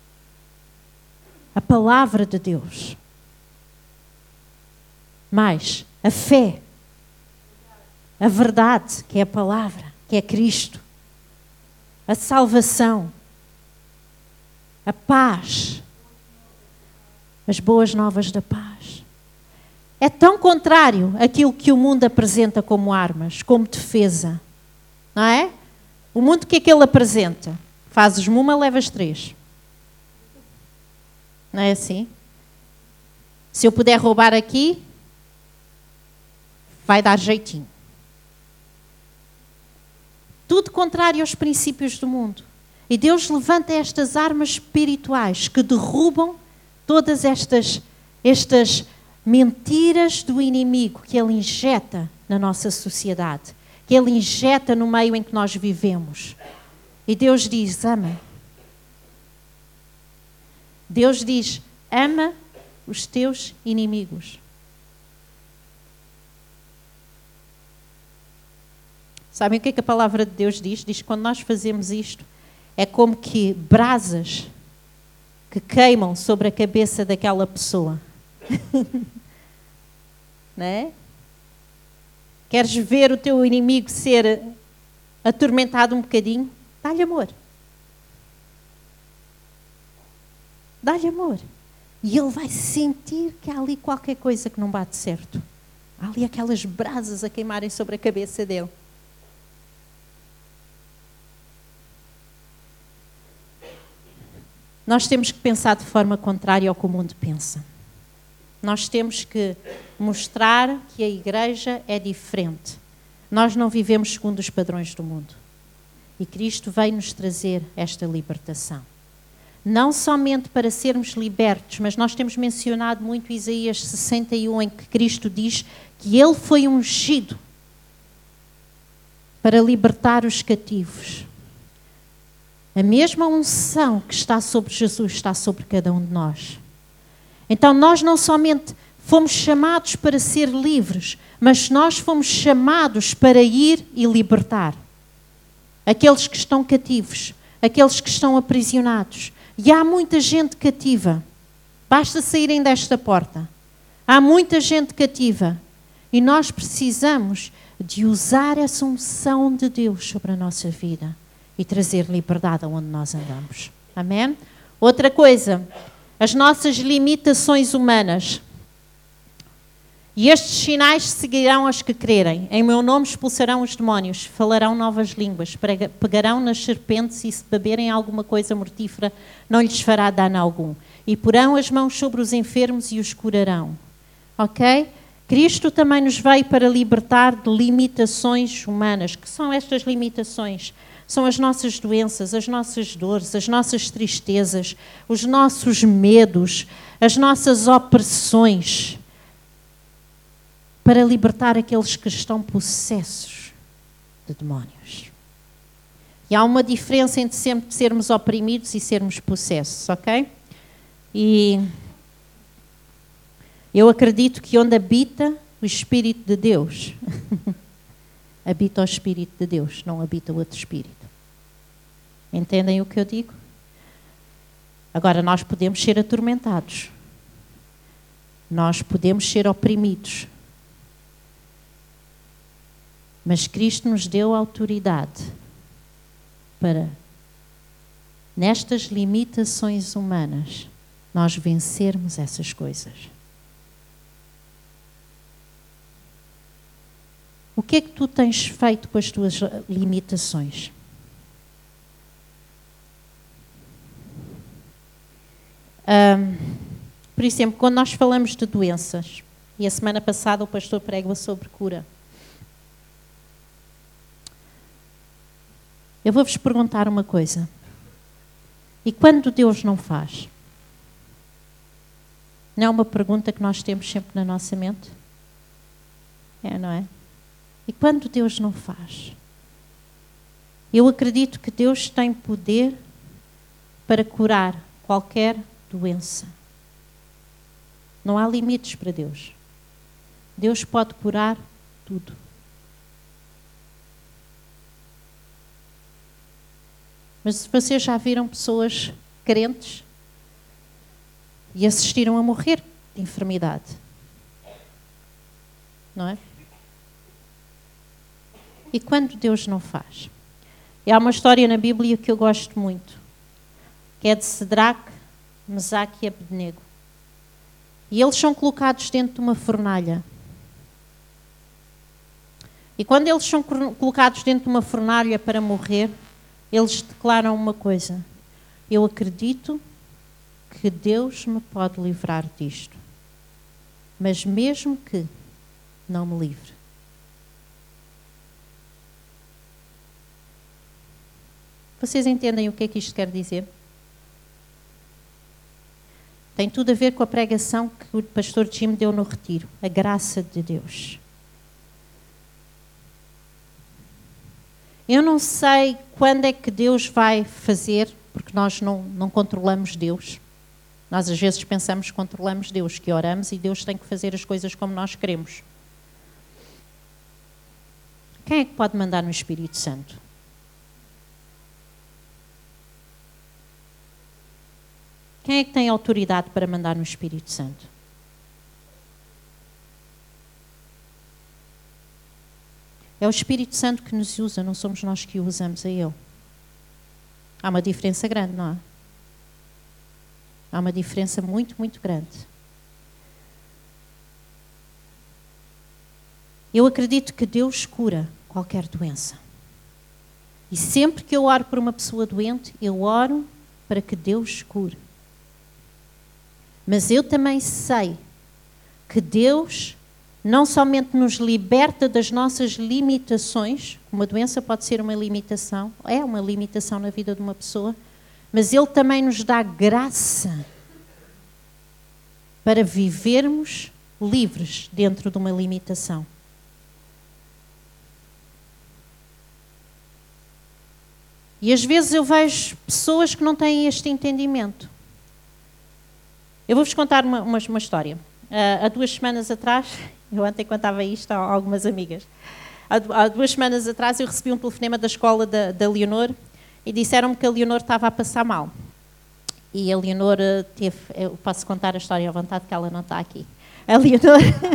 A palavra de Deus. Mais, a fé. A verdade, que é a palavra, que é Cristo. A salvação. A paz. As boas novas da paz. É tão contrário àquilo que o mundo apresenta como armas, como defesa. Não é? O mundo, o que é que ele apresenta? Fazes-me uma, levas 3. Não é assim? Se eu puder roubar aqui, vai dar jeitinho. Tudo contrário aos princípios do mundo. E Deus levanta estas armas espirituais que derrubam todas estas mentiras do inimigo que ele injeta na nossa sociedade, que ele injeta no meio em que nós vivemos. E Deus diz, ama. Deus diz, ama os teus inimigos. Sabem o que é que a palavra de Deus diz? Diz que quando nós fazemos isto, é como que brasas que queimam sobre a cabeça daquela pessoa. Não é? Queres ver o teu inimigo ser atormentado um bocadinho? Dá-lhe amor. Dá-lhe amor. E ele vai sentir que há ali qualquer coisa que não bate certo. Há ali aquelas brasas a queimarem sobre a cabeça dele. Nós temos que pensar de forma contrária ao que o mundo pensa. Nós temos que mostrar que a igreja é diferente. Nós não vivemos segundo os padrões do mundo. E Cristo veio nos trazer esta libertação. Não somente para sermos libertos, mas nós temos mencionado muito Isaías 61, em que Cristo diz que Ele foi ungido para libertar os cativos. A mesma unção que está sobre Jesus está sobre cada um de nós. Então nós não somente fomos chamados para ser livres, mas nós fomos chamados para ir e libertar aqueles que estão cativos, aqueles que estão aprisionados. E há muita gente cativa. Basta saírem desta porta. Há muita gente cativa. E nós precisamos de usar essa unção de Deus sobre a nossa vida e trazer liberdade aonde nós andamos. Amém? Outra coisa, as nossas limitações humanas. E estes sinais seguirão aos que crerem. Em meu nome expulsarão os demónios, falarão novas línguas, pegarão nas serpentes e se beberem alguma coisa mortífera, não lhes fará dano algum. E porão as mãos sobre os enfermos e os curarão. Ok? Cristo também nos veio para libertar de limitações humanas. Que são estas limitações? São as nossas doenças, as nossas dores, as nossas tristezas, os nossos medos, as nossas opressões, para libertar aqueles que estão possessos de demónios. E há uma diferença entre sempre sermos oprimidos e sermos possessos, ok? E eu acredito que onde habita o Espírito de Deus, habita o Espírito de Deus, não habita outro Espírito. Entendem o que eu digo? Agora, nós podemos ser atormentados. Nós podemos ser oprimidos. Mas Cristo nos deu autoridade para, nestas limitações humanas, nós vencermos essas coisas. O que é que tu tens feito com as tuas limitações? Por exemplo, quando nós falamos de doenças, e a semana passada o pastor pregou sobre cura, eu vou-vos perguntar uma coisa. E quando Deus não faz? Não é uma pergunta que nós temos sempre na nossa mente? É, não é? E quando Deus não faz? Eu acredito que Deus tem poder para curar qualquer doença. Não há limites para Deus. Deus pode curar tudo. Mas vocês já viram pessoas crentes e assistiram a morrer de enfermidade? Não é? E quando Deus não faz? E há uma história na Bíblia que eu gosto muito, que é de Cedraque, Mesaque e Abednego. E eles são colocados dentro de uma fornalha. E quando eles são colocados dentro de uma fornalha para morrer, eles declaram uma coisa: eu acredito que Deus me pode livrar disto, mas mesmo que não me livre. Vocês entendem o que é que isto quer dizer? Tem tudo a ver com a pregação que o pastor Jim deu no retiro, a graça de Deus. Eu não sei quando é que Deus vai fazer, porque nós não controlamos Deus. Nós às vezes pensamos que controlamos Deus, que oramos e Deus tem que fazer as coisas como nós queremos. Quem é que pode mandar no Espírito Santo? Quem é que tem autoridade para mandar no Espírito Santo? É o Espírito Santo que nos usa, não somos nós que o usamos a Ele. Há uma diferença grande, não é? Há uma diferença muito, muito grande. Eu acredito que Deus cura qualquer doença. E sempre que eu oro por uma pessoa doente, eu oro para que Deus cure. Mas eu também sei que Deus não somente nos liberta das nossas limitações, uma doença pode ser uma limitação, é uma limitação na vida de uma pessoa, mas Ele também nos dá graça para vivermos livres dentro de uma limitação. E às vezes eu vejo pessoas que não têm este entendimento. Eu vou-vos contar uma história. Há 2 semanas atrás, eu ontem contava isto a algumas amigas, há 2 semanas atrás eu recebi um telefonema da escola da Leonor e disseram-me que a Leonor estava a passar mal. E a Leonor teve, eu posso contar a história à vontade que ela não está aqui. A Leonor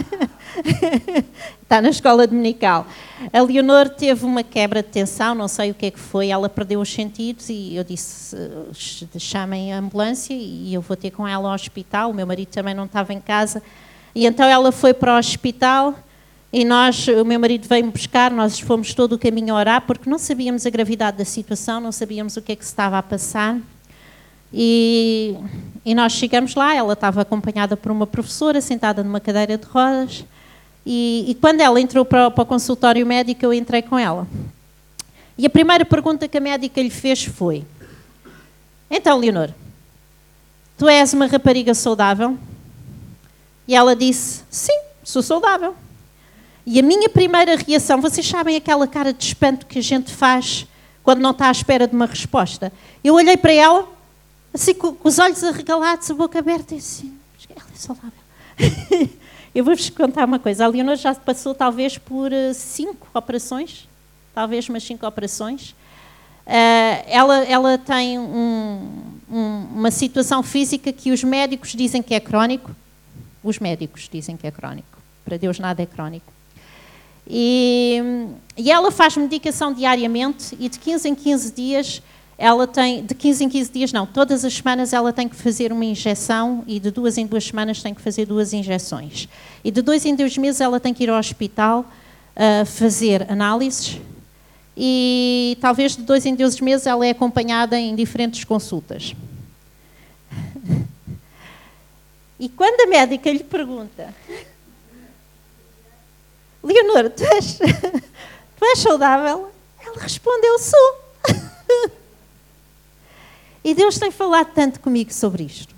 está na escola dominical. A Leonor teve uma quebra de tensão, não sei o que é que foi, ela perdeu os sentidos e eu disse, chamem a ambulância e eu vou ter com ela ao hospital. O meu marido também não estava em casa. E então ela foi para o hospital e o meu marido veio-me buscar, nós fomos todo o caminho a orar porque não sabíamos a gravidade da situação, não sabíamos o que é que se estava a passar. E nós chegamos lá, ela estava acompanhada por uma professora, sentada numa cadeira de rodas, e quando ela entrou para o consultório médico, eu entrei com ela. E a primeira pergunta que a médica lhe fez foi: então, Leonor, tu és uma rapariga saudável? E ela disse: sim, sou saudável. E a minha primeira reação, vocês sabem aquela cara de espanto que a gente faz quando não está à espera de uma resposta? Eu olhei para ela, assim com os olhos arregalados, a boca aberta, e assim, ela é saudável. Eu vou-vos contar uma coisa. A Leonor já passou talvez por 5 operações, talvez umas 5 operações. Ela tem uma situação física que os médicos dizem que é crónico. Os médicos dizem que é crónico. Para Deus nada é crónico. E ela faz medicação diariamente e de 15 em 15 dias todas as semanas ela tem que fazer uma injeção e de 2 em 2 semanas tem que fazer 2 injeções. E de 2 em 2 meses ela tem que ir ao hospital fazer análises e talvez de 2 em 2 meses ela é acompanhada em diferentes consultas. E quando a médica lhe pergunta: Leonor, tu és saudável? Ela respondeu: sou. E Deus tem falado tanto comigo sobre isto.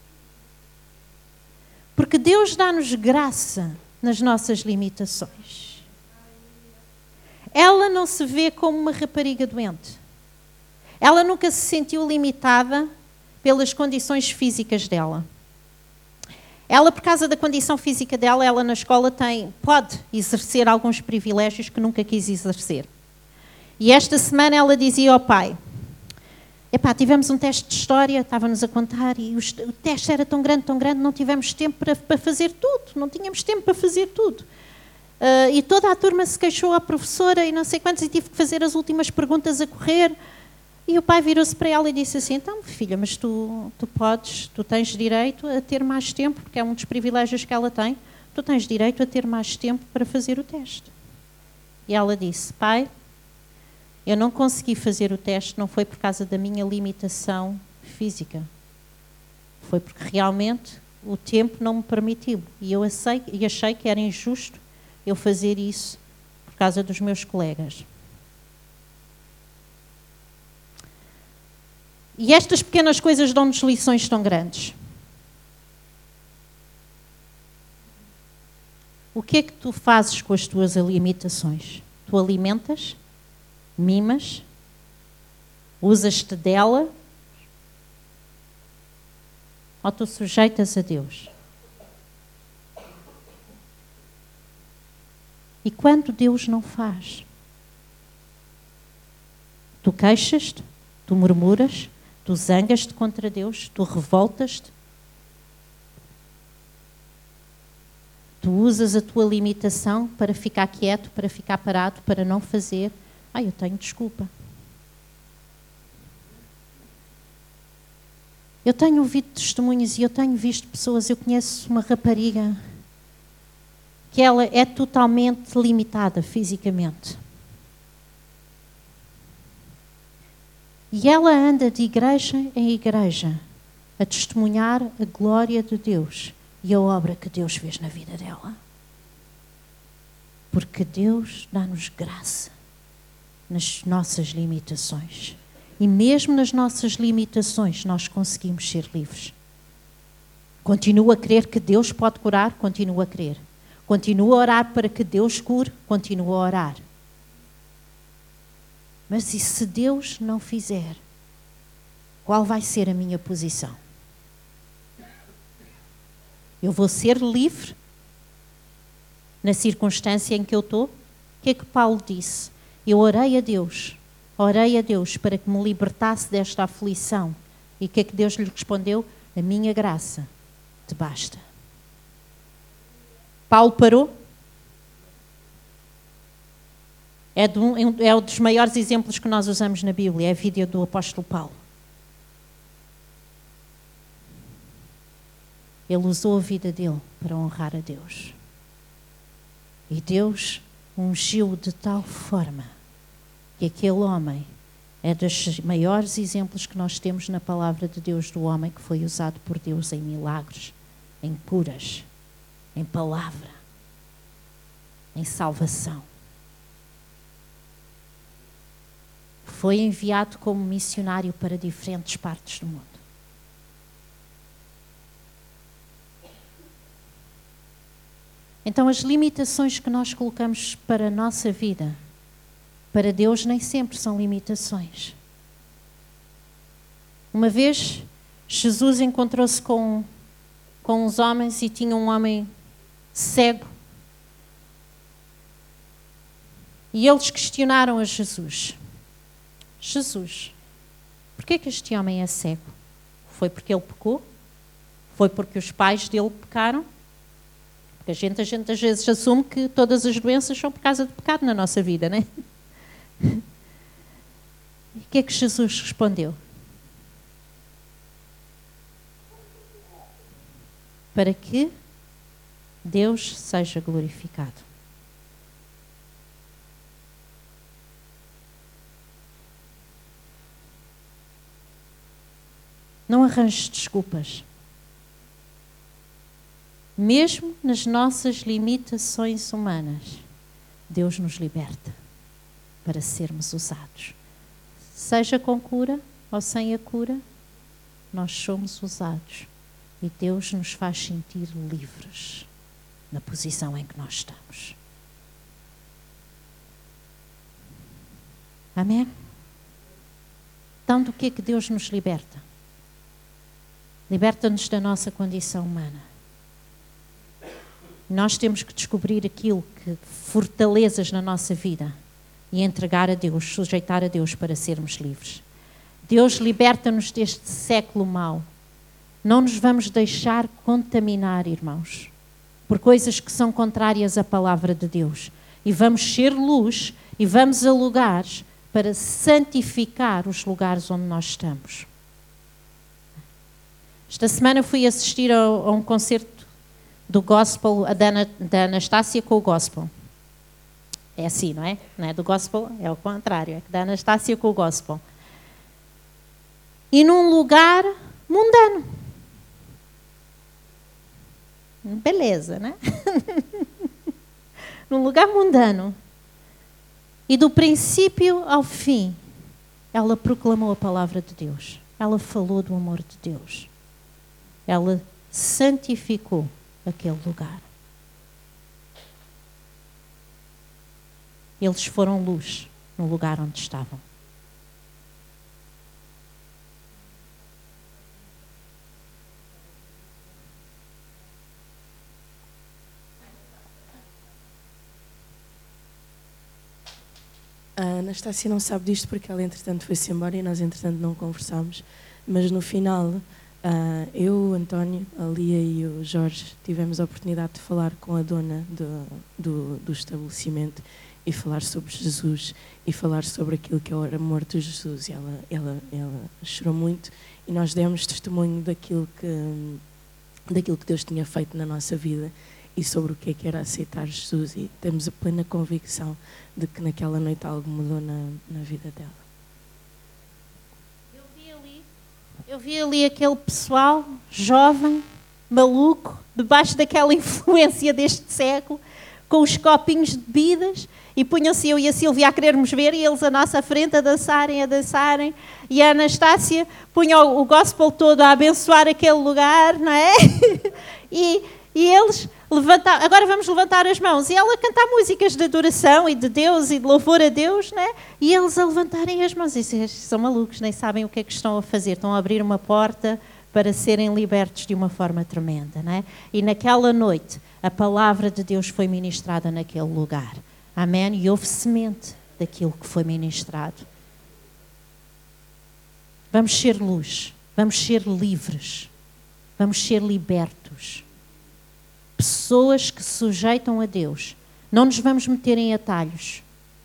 Porque Deus dá-nos graça nas nossas limitações. Ela não se vê como uma rapariga doente. Ela nunca se sentiu limitada pelas condições físicas dela. Ela, por causa da condição física dela, ela na escola pode exercer alguns privilégios que nunca quis exercer. E esta semana ela dizia ao pai: tivemos um teste de história, estava-nos a contar, e o teste era tão grande, não tivemos tempo para fazer tudo, não tínhamos tempo para fazer tudo. E toda a turma se queixou à professora e não sei quantos, e tive que fazer as últimas perguntas a correr. E o pai virou-se para ela e disse assim: então, filha, mas tu tens direito a ter mais tempo, porque é um dos privilégios que ela tem, tu tens direito a ter mais tempo para fazer o teste. E ela disse: pai, eu não consegui fazer o teste, não foi por causa da minha limitação física. Foi porque realmente o tempo não me permitiu. E eu achei que era injusto eu fazer isso por causa dos meus colegas. E estas pequenas coisas dão-nos lições tão grandes. O que é que tu fazes com as tuas limitações? Tu alimentas? Mimas? Usas-te dela? Ou tu sujeitas a Deus? E quando Deus não faz? Tu queixas-te? Tu murmuras? Tu zangas-te contra Deus? Tu revoltas-te? Tu usas a tua limitação para ficar quieto, para ficar parado, para não fazer? Eu tenho desculpa. Eu tenho ouvido testemunhos e eu tenho visto pessoas. Eu conheço uma rapariga que ela é totalmente limitada fisicamente. E ela anda de igreja em igreja a testemunhar a glória de Deus e a obra que Deus fez na vida dela. Porque Deus dá-nos graça nas nossas limitações. E mesmo nas nossas limitações nós conseguimos ser livres. Continuo a crer que Deus pode curar, continuo a crer. Continuo a orar para que Deus cure, continuo a orar. Mas e se Deus não fizer? Qual vai ser a minha posição? Eu vou ser livre na circunstância em que eu estou? O que é que Paulo disse? Eu orei a Deus para que me libertasse desta aflição. E o que é que Deus lhe respondeu? A minha graça te basta. Paulo parou? É um dos maiores exemplos que nós usamos na Bíblia, é a vida do apóstolo Paulo. Ele usou a vida dele para honrar a Deus. E Deus ungiu de tal forma que aquele homem é dos maiores exemplos que nós temos na palavra de Deus, do homem que foi usado por Deus em milagres, em curas, em palavra, em salvação. Foi enviado como missionário para diferentes partes do mundo. Então, as limitações que nós colocamos para a nossa vida, para Deus nem sempre são limitações. Uma vez, Jesus encontrou-se com uns homens e tinha um homem cego. E eles questionaram a Jesus. Jesus, porquê que este homem é cego? Foi porque ele pecou? Foi porque os pais dele pecaram? Porque a gente às vezes assume que todas as doenças são por causa de pecado na nossa vida, não é? E o que é que Jesus respondeu? Para que Deus seja glorificado. Não arranjes desculpas. Mesmo nas nossas limitações humanas, Deus nos liberta para sermos usados. Seja com cura ou sem a cura, nós somos usados. E Deus nos faz sentir livres na posição em que nós estamos. Amém? Então, do que é que Deus nos liberta? Liberta-nos da nossa condição humana. Nós temos que descobrir aquilo que fortalezas na nossa vida e entregar a Deus, sujeitar a Deus para sermos livres. Deus liberta-nos deste século mau. Não nos vamos deixar contaminar, irmãos, por coisas que são contrárias à palavra de Deus. E vamos ser luz e vamos a lugares para santificar os lugares onde nós estamos. Esta semana fui assistir a um concerto do gospel, da Anastácia com o gospel. É assim, não é? Não é do gospel, é o contrário, é da Anastácia com o gospel. E num lugar mundano. Beleza, né? Num lugar mundano. E do princípio ao fim, ela proclamou a palavra de Deus. Ela falou do amor de Deus. Ela santificou aquele lugar. Eles foram luz no lugar onde estavam. A Anastácia não sabe disto porque ela entretanto foi-se embora e nós entretanto não conversámos, mas no final eu, o António, a Lia e o Jorge tivemos a oportunidade de falar com a dona do estabelecimento e falar sobre Jesus e falar sobre aquilo que é o amor de Jesus. E ela chorou muito e nós demos testemunho daquilo que Deus tinha feito na nossa vida e sobre o que era aceitar Jesus, e temos a plena convicção de que naquela noite algo mudou na vida dela. Eu vi ali aquele pessoal jovem, maluco, debaixo daquela influência deste século, com os copinhos de bebidas, e punham-se eu e a Silvia a querermos ver, e eles à nossa frente a dançarem, e a Anastácia punha o gospel todo a abençoar aquele lugar, não é? E eles levantaram, agora vamos levantar as mãos, e ela a cantar músicas de adoração e de Deus e de louvor a Deus, né? E eles a levantarem as mãos, e são malucos, nem sabem o que é que estão a fazer, estão a abrir uma porta para serem libertos de uma forma tremenda, né? E naquela noite a palavra de Deus foi ministrada naquele lugar, amém? E houve semente daquilo que foi ministrado. Vamos ser luz, vamos ser livres, vamos ser libertos. Pessoas que se sujeitam a Deus. Não nos vamos meter em atalhos.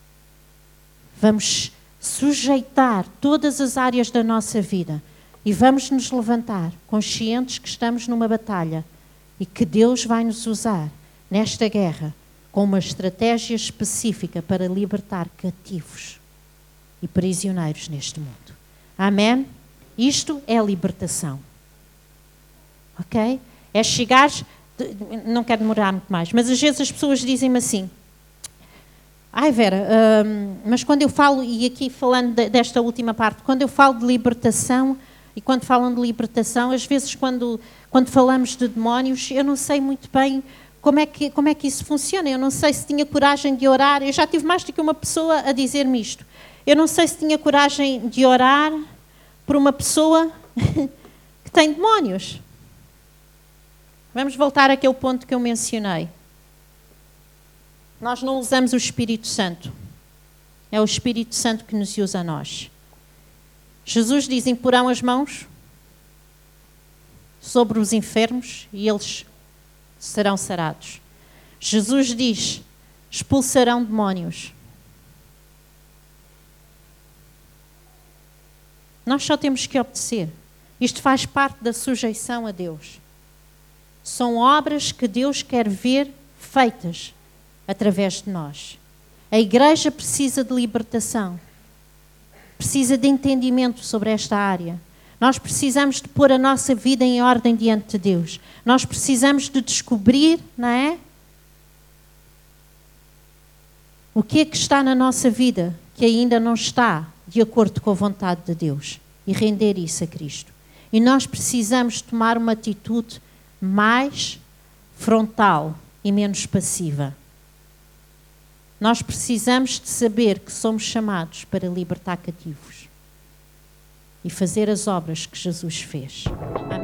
Vamos sujeitar todas as áreas da nossa vida e vamos nos levantar conscientes que estamos numa batalha e que Deus vai nos usar nesta guerra com uma estratégia específica para libertar cativos e prisioneiros neste mundo. Amém? Isto é libertação. Ok? É chegar... Não quero demorar muito mais, mas às vezes as pessoas dizem-me assim: ai Vera, mas quando eu falo, e aqui falando desta última parte, quando eu falo de libertação, e quando falam de libertação, às vezes quando falamos de demónios, eu não sei muito bem como é que isso funciona, eu não sei se tinha coragem de orar, eu já tive mais do que uma pessoa a dizer-me isto, eu não sei se tinha coragem de orar por uma pessoa que tem demónios. Vamos voltar àquele ponto que eu mencionei. Nós não usamos o Espírito Santo. É o Espírito Santo que nos usa a nós. Jesus diz: imporão as mãos sobre os enfermos e eles serão sarados. Jesus diz: expulsarão demónios. Nós só temos que obedecer. Isto faz parte da sujeição a Deus. São obras que Deus quer ver feitas através de nós. A igreja precisa de libertação. Precisa de entendimento sobre esta área. Nós precisamos de pôr a nossa vida em ordem diante de Deus. Nós precisamos de descobrir, não é? O que é que está na nossa vida que ainda não está de acordo com a vontade de Deus e render isso a Cristo. E nós precisamos tomar uma atitude mais frontal e menos passiva. Nós precisamos de saber que somos chamados para libertar cativos e fazer as obras que Jesus fez. Amém.